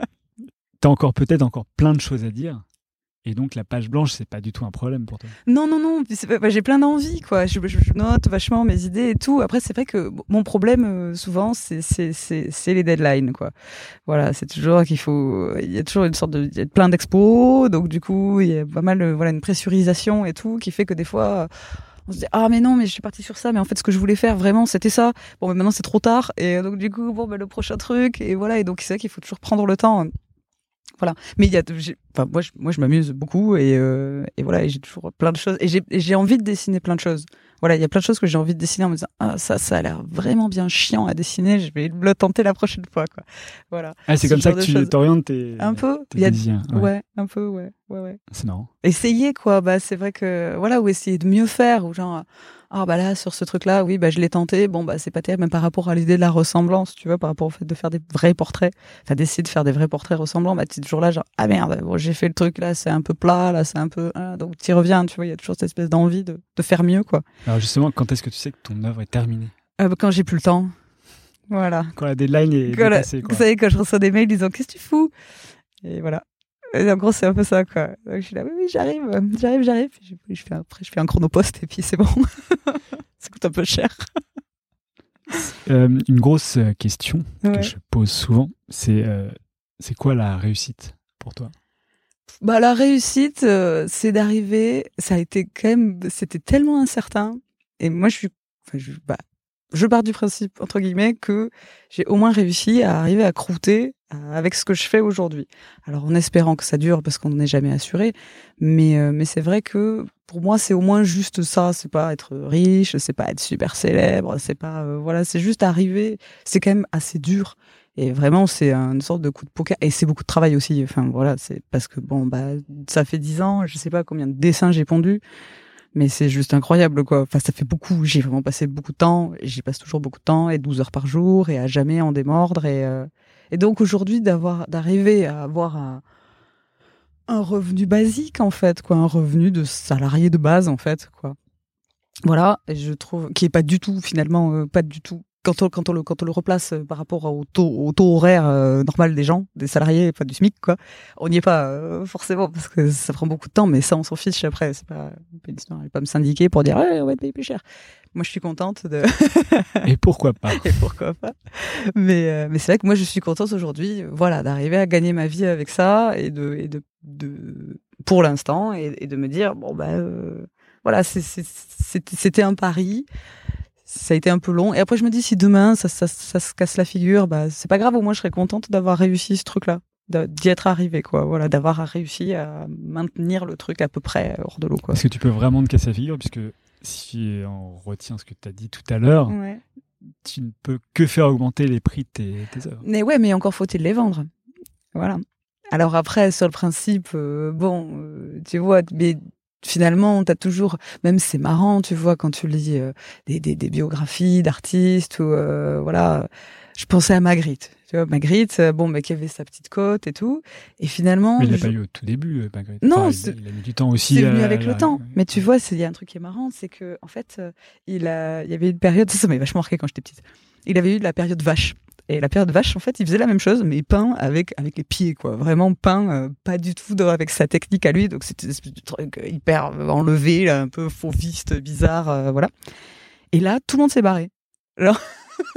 T'as encore peut-être encore plein de choses à dire. Et donc la page blanche, c'est pas du tout un problème pour toi. Non, non, non. Puis c'est pas- bah, j'ai plein d'envies, quoi. Je, je- je note vachement mes idées et tout. Après, c'est vrai que bon, mon problème, euh, souvent, c'est, c'est, c'est, c'est les deadlines, quoi. Voilà, c'est toujours qu'il faut. Il y a toujours une sorte de. Il y a plein d'expos, donc du coup, il y a pas mal, euh, voilà, une pressurisation et tout, qui fait que des fois. On se dit ah mais non mais je suis partie sur ça mais en fait ce que je voulais faire vraiment c'était ça bon mais maintenant c'est trop tard et donc du coup bon ben le prochain truc et voilà et donc c'est vrai qu'il faut toujours prendre le temps. Voilà. Mais il y a, j'ai, enfin, moi, je, moi, je m'amuse beaucoup et, euh, et voilà, et j'ai toujours plein de choses et j'ai, et j'ai envie de dessiner plein de choses. Voilà, il y a plein de choses que j'ai envie de dessiner en me disant, ah, ça, ça a l'air vraiment bien chiant à dessiner, je vais le tenter la prochaine fois, quoi. Voilà. Ah, c'est Ce comme ça genre que de tu choses. t'orientes tes, Un peu. tes Il y a, désirs. Ouais. ouais, un peu, ouais, ouais, ouais. C'est marrant. Essayer, quoi, bah, c'est vrai que, voilà, ou essayer de mieux faire, ou genre, ah, bah là, sur ce truc-là, oui, bah, je l'ai tenté, bon, bah, c'est pas terrible, même par rapport à l'idée de la ressemblance, tu vois, par rapport au fait de faire des vrais portraits, enfin, d'essayer de faire des vrais portraits ressemblants, bah, t'es toujours là, genre, ah merde, bon, j'ai fait le truc, là, c'est un peu plat, là, c'est un peu, ah, donc t'y reviens, tu vois, il y a toujours cette espèce d'envie de, de faire mieux, quoi. Alors justement, quand est-ce que tu sais que ton œuvre est terminée? Euh, bah, quand j'ai plus le temps. Voilà. Quand la deadline est Quand la- dépassée, quoi. Vous savez, quand je reçois des mails disant, qu'est-ce que tu fous? Et voilà. Et en gros, c'est un peu ça, quoi. Donc, je suis là, oui, oui, j'arrive, euh, j'arrive, j'arrive. Puis je, je fais, après, je fais un chronopost et puis c'est bon. Ça coûte un peu cher. Euh, une grosse euh, question Ouais. que je pose souvent, c'est euh, c'est quoi la réussite pour toi? Bah, la réussite, euh, c'est d'arriver. Ça a été quand même, c'était tellement incertain. Et moi, je suis, enfin, je, bah, je pars du principe, entre guillemets, que j'ai au moins réussi à arriver à croûter euh, avec ce que je fais aujourd'hui. Alors, en espérant que ça dure, parce qu'on n'est jamais assuré. Mais, euh, mais c'est vrai que pour moi, c'est au moins juste ça. C'est pas être riche, c'est pas être super célèbre, c'est pas, euh, voilà, c'est juste arriver. C'est quand même assez dur. Et vraiment, c'est une sorte de coup de poker. Et c'est beaucoup de travail aussi. Enfin, voilà, c'est parce que bon, bah, ça fait dix ans, je sais pas combien de dessins j'ai pondus. Mais c'est juste incroyable, quoi. Enfin, ça fait beaucoup. J'ai vraiment passé beaucoup de temps. Et j'y passe toujours beaucoup de temps et douze heures par jour et à jamais en démordre. Et, euh, et donc, aujourd'hui, d'avoir, d'arriver à avoir un, un revenu basique, en fait, quoi. Un revenu de salarié de base, en fait, quoi. Voilà. Et je trouve, qui est pas du tout, finalement, euh, pas du tout. Quand on, quand on le, quand on le replace euh, par rapport au taux, au taux horaire euh, normal des gens, des salariés, pas du SMIC, quoi. On n'y est pas euh, forcément parce que ça prend beaucoup de temps, mais ça, on s'en fiche après. C'est pas, je vais pas me syndiquer pour dire, ouais, on va être payé plus cher. Moi, je suis contente de. Et pourquoi pas? Et pourquoi pas. Mais, euh, mais c'est vrai que moi, je suis contente aujourd'hui, voilà, d'arriver à gagner ma vie avec ça et de, et de, de pour l'instant, et, et de me dire, bon, bah, euh, voilà, c'est, c'est, c'était, c'était un pari. Ça a été un peu long. Et après, je me dis, si demain, ça, ça, ça se casse la figure, bah, c'est pas grave. Au moins, je serais contente d'avoir réussi ce truc-là, d'y être arrivé, quoi. Voilà, d'avoir réussi à maintenir le truc à peu près hors de l'eau, quoi. Est-ce que tu peux vraiment te casser la figure, puisque si on retient ce que tu as dit tout à l'heure, Ouais. tu ne peux que faire augmenter les prix de tes, tes œuvres. Mais ouais, mais encore faut-il les vendre. Voilà. Alors après, sur le principe, euh, bon, euh, tu vois, mais finalement, t'as toujours, même c'est marrant, tu vois, quand tu lis euh, des, des, des biographies d'artistes ou euh, voilà, je pensais à Magritte. Tu vois, Magritte, euh, bon, mais qui avait sa petite cote et tout, et finalement. Mais il l'a je... pas eu au tout début, euh, Magritte. Non, enfin, c'est... il, a, il a mis du temps aussi. C'est venu à, avec à, le à, temps. à, Mais tu vois, il y a un truc qui est marrant, c'est que en fait, euh, il a, il y avait une période, ça, ça m'avait vachement marqué quand j'étais petite. Il avait eu de la période vache. Et la période vache, en fait, il faisait la même chose, mais peint avec avec les pieds, quoi. Vraiment peint, euh, pas du tout dans, avec sa technique à lui. Donc c'était une espèce de truc hyper enlevé, là, un peu fauviste, bizarre, euh, voilà. Et là, tout le monde s'est barré. Alors,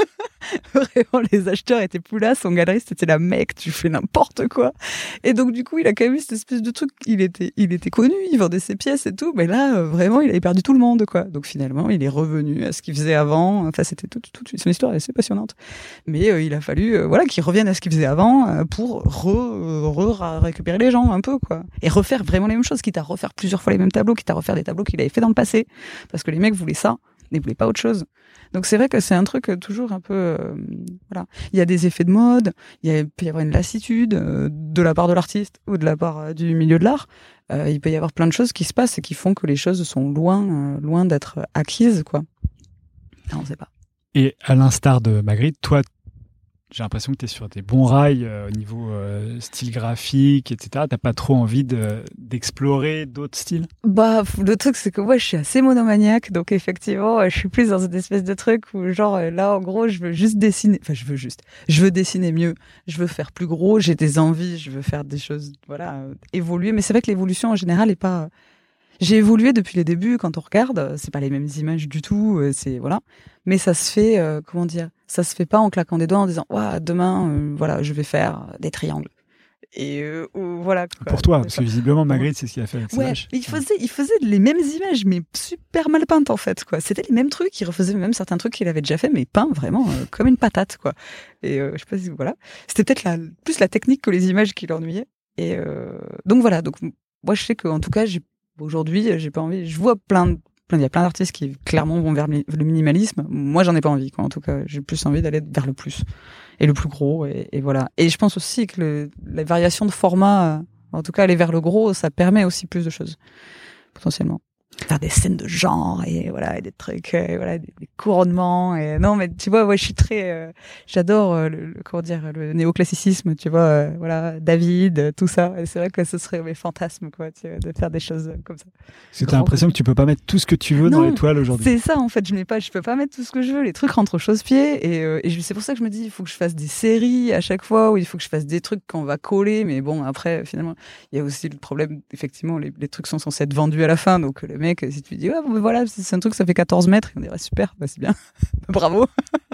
Vraiment, les acheteurs étaient plus là. Son galeriste était là, mec, tu fais n'importe quoi. Et donc, du coup, il a quand même eu cette espèce de truc. Il était, il était connu, il vendait ses pièces et tout. Mais là, euh, vraiment, il avait perdu tout le monde, quoi. Donc, finalement, il est revenu à ce qu'il faisait avant. Enfin, c'était toute, toute son histoire est assez passionnante. Mais euh, il a fallu, euh, voilà, qu'il revienne à ce qu'il faisait avant euh, pour re, euh, re récupérer les gens un peu, quoi. Et refaire vraiment les mêmes choses, quitte à refaire plusieurs fois les mêmes tableaux, quitte à refaire des tableaux qu'il avait fait dans le passé. Parce que les mecs voulaient ça, ils voulaient pas autre chose. Donc c'est vrai que c'est un truc toujours un peu, euh, voilà. Il y a des effets de mode, il, y a, il peut y avoir une lassitude euh, de la part de l'artiste ou de la part euh, du milieu de l'art. Euh, il peut y avoir plein de choses qui se passent et qui font que les choses sont loin, euh, loin d'être acquises, quoi. Non, on sait pas. Et à l'instar de Magritte, toi, j'ai l'impression que tu es sur des bons rails euh, au niveau euh, style graphique, et cetera. T'as pas trop envie de, d'explorer d'autres styles? Bah, le truc, c'est que moi, je suis assez monomaniaque, donc effectivement, je suis plus dans cette espèce de truc où, genre, là, en gros, je veux juste dessiner. Enfin, je veux juste. Je veux dessiner mieux. Je veux faire plus gros. J'ai des envies. Je veux faire des choses, voilà, euh, évoluer. Mais c'est vrai que l'évolution, en général, est pas. J'ai évolué depuis les débuts. Quand on regarde, c'est pas les mêmes images du tout. C'est voilà. Mais ça se fait, euh, comment dire, ça se fait pas en claquant des doigts en disant, ouais, demain, euh, voilà, je vais faire des triangles. Et euh, ou, voilà. Quoi. Pour toi, parce que visiblement, Magritte, c'est ce qu'il a fait avec ses ouais, vaches. il faisait, il faisait les mêmes images, mais super mal peintes en fait, quoi. C'était les mêmes trucs. Il refaisait même certains trucs qu'il avait déjà fait, mais peints vraiment euh, comme une patate, quoi. Et euh, je sais pas si voilà. C'était peut-être la, plus la technique que les images qui l'ennuyaient. Et euh, donc voilà. Donc moi, je sais qu'en tout cas, j'ai aujourd'hui, j'ai pas envie. Je vois plein de il y a plein d'artistes qui clairement vont vers le minimalisme. Moi, j'en ai pas envie, quoi. En tout cas, j'ai plus envie d'aller vers le plus et le plus gros, et, et voilà. Et je pense aussi que le, la variation de format, en tout cas, aller vers le gros, ça permet aussi plus de choses potentiellement. Faire des scènes de genre et voilà, et des trucs, et voilà, des, des couronnements. Et non, mais tu vois, ouais, je suis très, euh, j'adore euh, le, le comment dire, le néoclassicisme. Tu vois, euh, voilà, David, euh, tout ça. Et c'est vrai que ce serait mes fantasmes, quoi, tu vois, de faire des choses comme ça. Parce que t'as l'impression que tu peux pas mettre tout ce que tu veux non, dans les toiles aujourd'hui. C'est ça, en fait, je mets pas, je peux pas mettre tout ce que je veux. Les trucs rentrent au chausse-pied, et, euh, et c'est pour ça que je me dis, il faut que je fasse des séries à chaque fois, ou il faut que je fasse des trucs qu'on va coller. Mais bon, après, finalement, il y a aussi le problème, effectivement, les, les trucs sont censés être vendus à la fin, donc le mec, si tu dis, ouais, bon, voilà, c'est un truc, ça fait quatorze mètres, on dirait super, bah, c'est bien, bravo.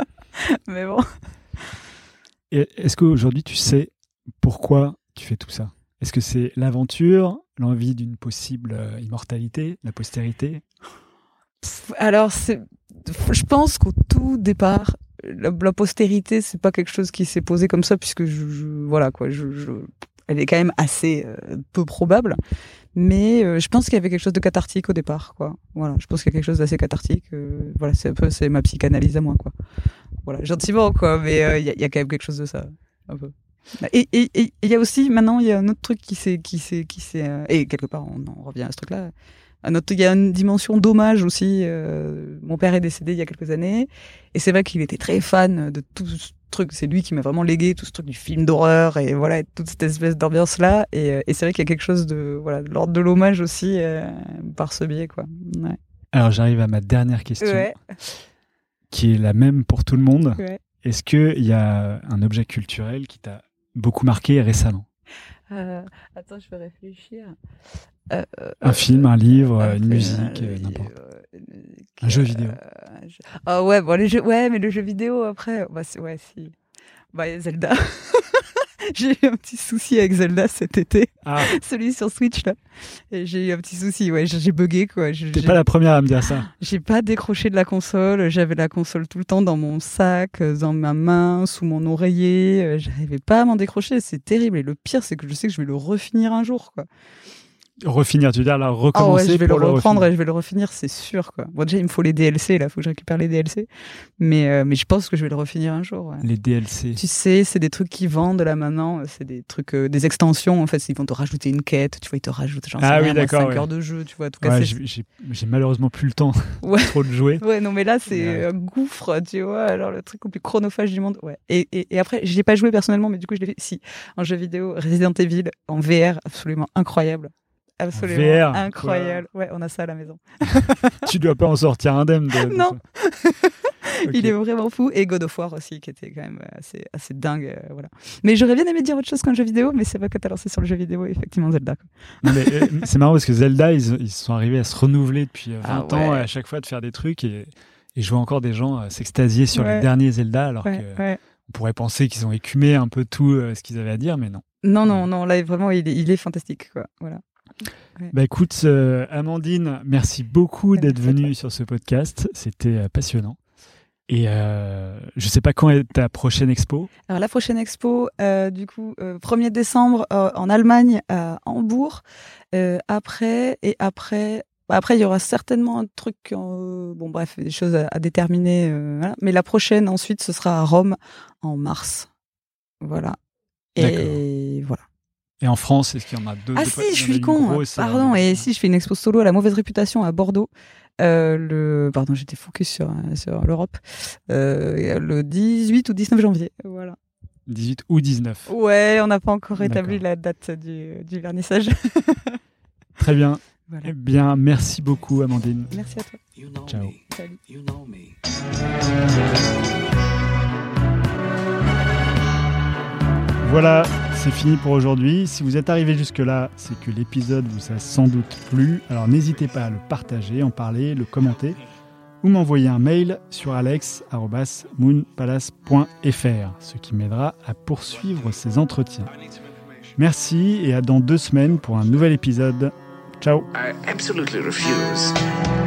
Mais bon. Et est-ce qu'aujourd'hui, tu sais pourquoi tu fais tout ça? Est-ce que c'est l'aventure, l'envie d'une possible euh, immortalité, la postérité? Alors, c'est, je pense qu'au tout départ, la, la postérité, c'est pas quelque chose qui s'est posé comme ça, puisque je, je voilà quoi, je, je, elle est quand même assez euh, peu probable. Mais euh, je pense qu'il y avait quelque chose de cathartique au départ, quoi. Voilà, je pense qu'il y a quelque chose d'assez cathartique. Euh, voilà, c'est un peu, c'est ma psychanalyse à moi, quoi. Voilà, gentiment, quoi. Mais il euh, y, y a quand même quelque chose de ça, un peu. Et il et, et, y a aussi maintenant, il y a un autre truc qui s'est, qui s'est, qui s'est, euh, et quelque part, on en revient à ce truc-là. Un autre, il y a une dimension d'hommage aussi. Euh, mon père est décédé il y a quelques années, et c'est vrai qu'il était très fan de tout ce truc. C'est lui qui m'a vraiment légué tout ce truc du film d'horreur et voilà, et toute cette espèce d'ambiance là. Et, et c'est vrai qu'il y a quelque chose de voilà, de l'ordre de l'hommage aussi euh, par ce biais, quoi. Ouais. Alors j'arrive à ma dernière question, ouais. qui est la même pour tout le monde. Ouais. Est-ce que il y a un objet culturel qui t'a beaucoup marqué récemment? Euh, attends, je vais réfléchir. Euh, un euh, film, un livre, euh, une euh, musique, euh, n'importe. Euh, un jeu vidéo. Ah jeu... oh, ouais, bon, les jeux, ouais, mais le jeu vidéo après, bah c'est, ouais, si, bah Zelda. J'ai eu un petit souci avec Zelda cet été, ah. celui sur Switch là. Et j'ai eu un petit souci, ouais, j'ai bugué quoi. T'es pas la première à me dire ça. J'ai pas décroché de la console, j'avais la console tout le temps dans mon sac, dans ma main, sous mon oreiller, j'arrivais pas à m'en décrocher, c'est terrible. Et le pire, c'est que je sais que je vais le refinir un jour, quoi. Refinir, tu veux dire, là, recommencer oh ouais, je vais pour le reprendre le et je vais le refinir, c'est sûr, quoi. Bon, déjà, il me faut les D L C, là, faut que je récupère les D L C. Mais, euh, mais je pense que je vais le refinir un jour. Ouais. Les D L C. Tu sais, c'est des trucs qu'ils vendent là maintenant, c'est des trucs, euh, des extensions, en fait. Ils vont te rajouter une quête, tu vois, ils te rajoutent, j'en sais ah, rien, oui, d'accord, cinq ouais. heures de jeu, tu vois. En tout ouais, cas, j'ai, j'ai, j'ai malheureusement plus le temps ouais. trop de jouer. Ouais, non, mais là, c'est ouais. un gouffre, tu vois. Alors, le truc le plus chronophage du monde. Ouais. Et, et, et après, je l'ai pas joué personnellement, mais du coup, je l'ai fait, si, en jeu vidéo, Resident Evil, en V R, absolument incroyable. Absolument V R, incroyable. Quoi. Ouais, on a ça à la maison. Tu dois pas en sortir indemne. De, de non. okay. Il est vraiment fou. Et God of War aussi, qui était quand même assez, assez dingue. Euh, voilà. Mais j'aurais bien aimé dire autre chose qu'un jeu vidéo, mais c'est pas que t'as lancé sur le jeu vidéo, effectivement, Zelda. Quoi. Non, mais, euh, c'est marrant parce que Zelda, ils, ils sont arrivés à se renouveler depuis vingt ah, ouais. ans, et à chaque fois de faire des trucs. Et, Et je vois encore des gens euh, s'extasier sur Ouais. les derniers Zelda, alors Ouais, que ouais. on pourrait penser qu'ils ont écumé un peu tout euh, ce qu'ils avaient à dire, mais non. Non, non, non, là, vraiment, il est, il est fantastique, quoi. Voilà. Bah écoute, euh, Amandine, merci beaucoup d'être Merci à venue sur ce podcast. C'était euh, passionnant. Et euh, je sais pas quand est ta prochaine expo. Alors, la prochaine expo, euh, du coup, euh, premier décembre euh, en Allemagne, à Hambourg. Euh, après, et après, bah, après, il y aura certainement un truc, en, bon, bref, des choses à, à déterminer. Euh, voilà. Mais la prochaine, ensuite, ce sera à Rome en mars. Voilà. Et voilà. Et en France, est-ce qu'il y en a deux Ah deux- si, il y en je a suis une con. grosse, euh, Pardon. Et si, je fais une expo solo à la mauvaise réputation à Bordeaux. Euh, le, pardon, j'étais focus sur, sur l'Europe. Euh, le dix-huit ou dix-neuf janvier. Voilà. dix-huit ou dix-neuf. Ouais, on n'a pas encore établi D'accord. la date du, du vernissage. Très bien. Voilà. Eh bien, merci beaucoup, Amandine. Merci à toi. You know Ciao. me. Salut. You know me. Voilà, c'est fini pour aujourd'hui. Si vous êtes arrivé jusque-là, c'est que l'épisode vous a sans doute plu. Alors n'hésitez pas à le partager, en parler, le commenter ou m'envoyer un mail sur alex arobase moonpalace point f r, ce qui m'aidera à poursuivre ces entretiens. Merci et à dans deux semaines pour un nouvel épisode. Ciao. I absolutely refuse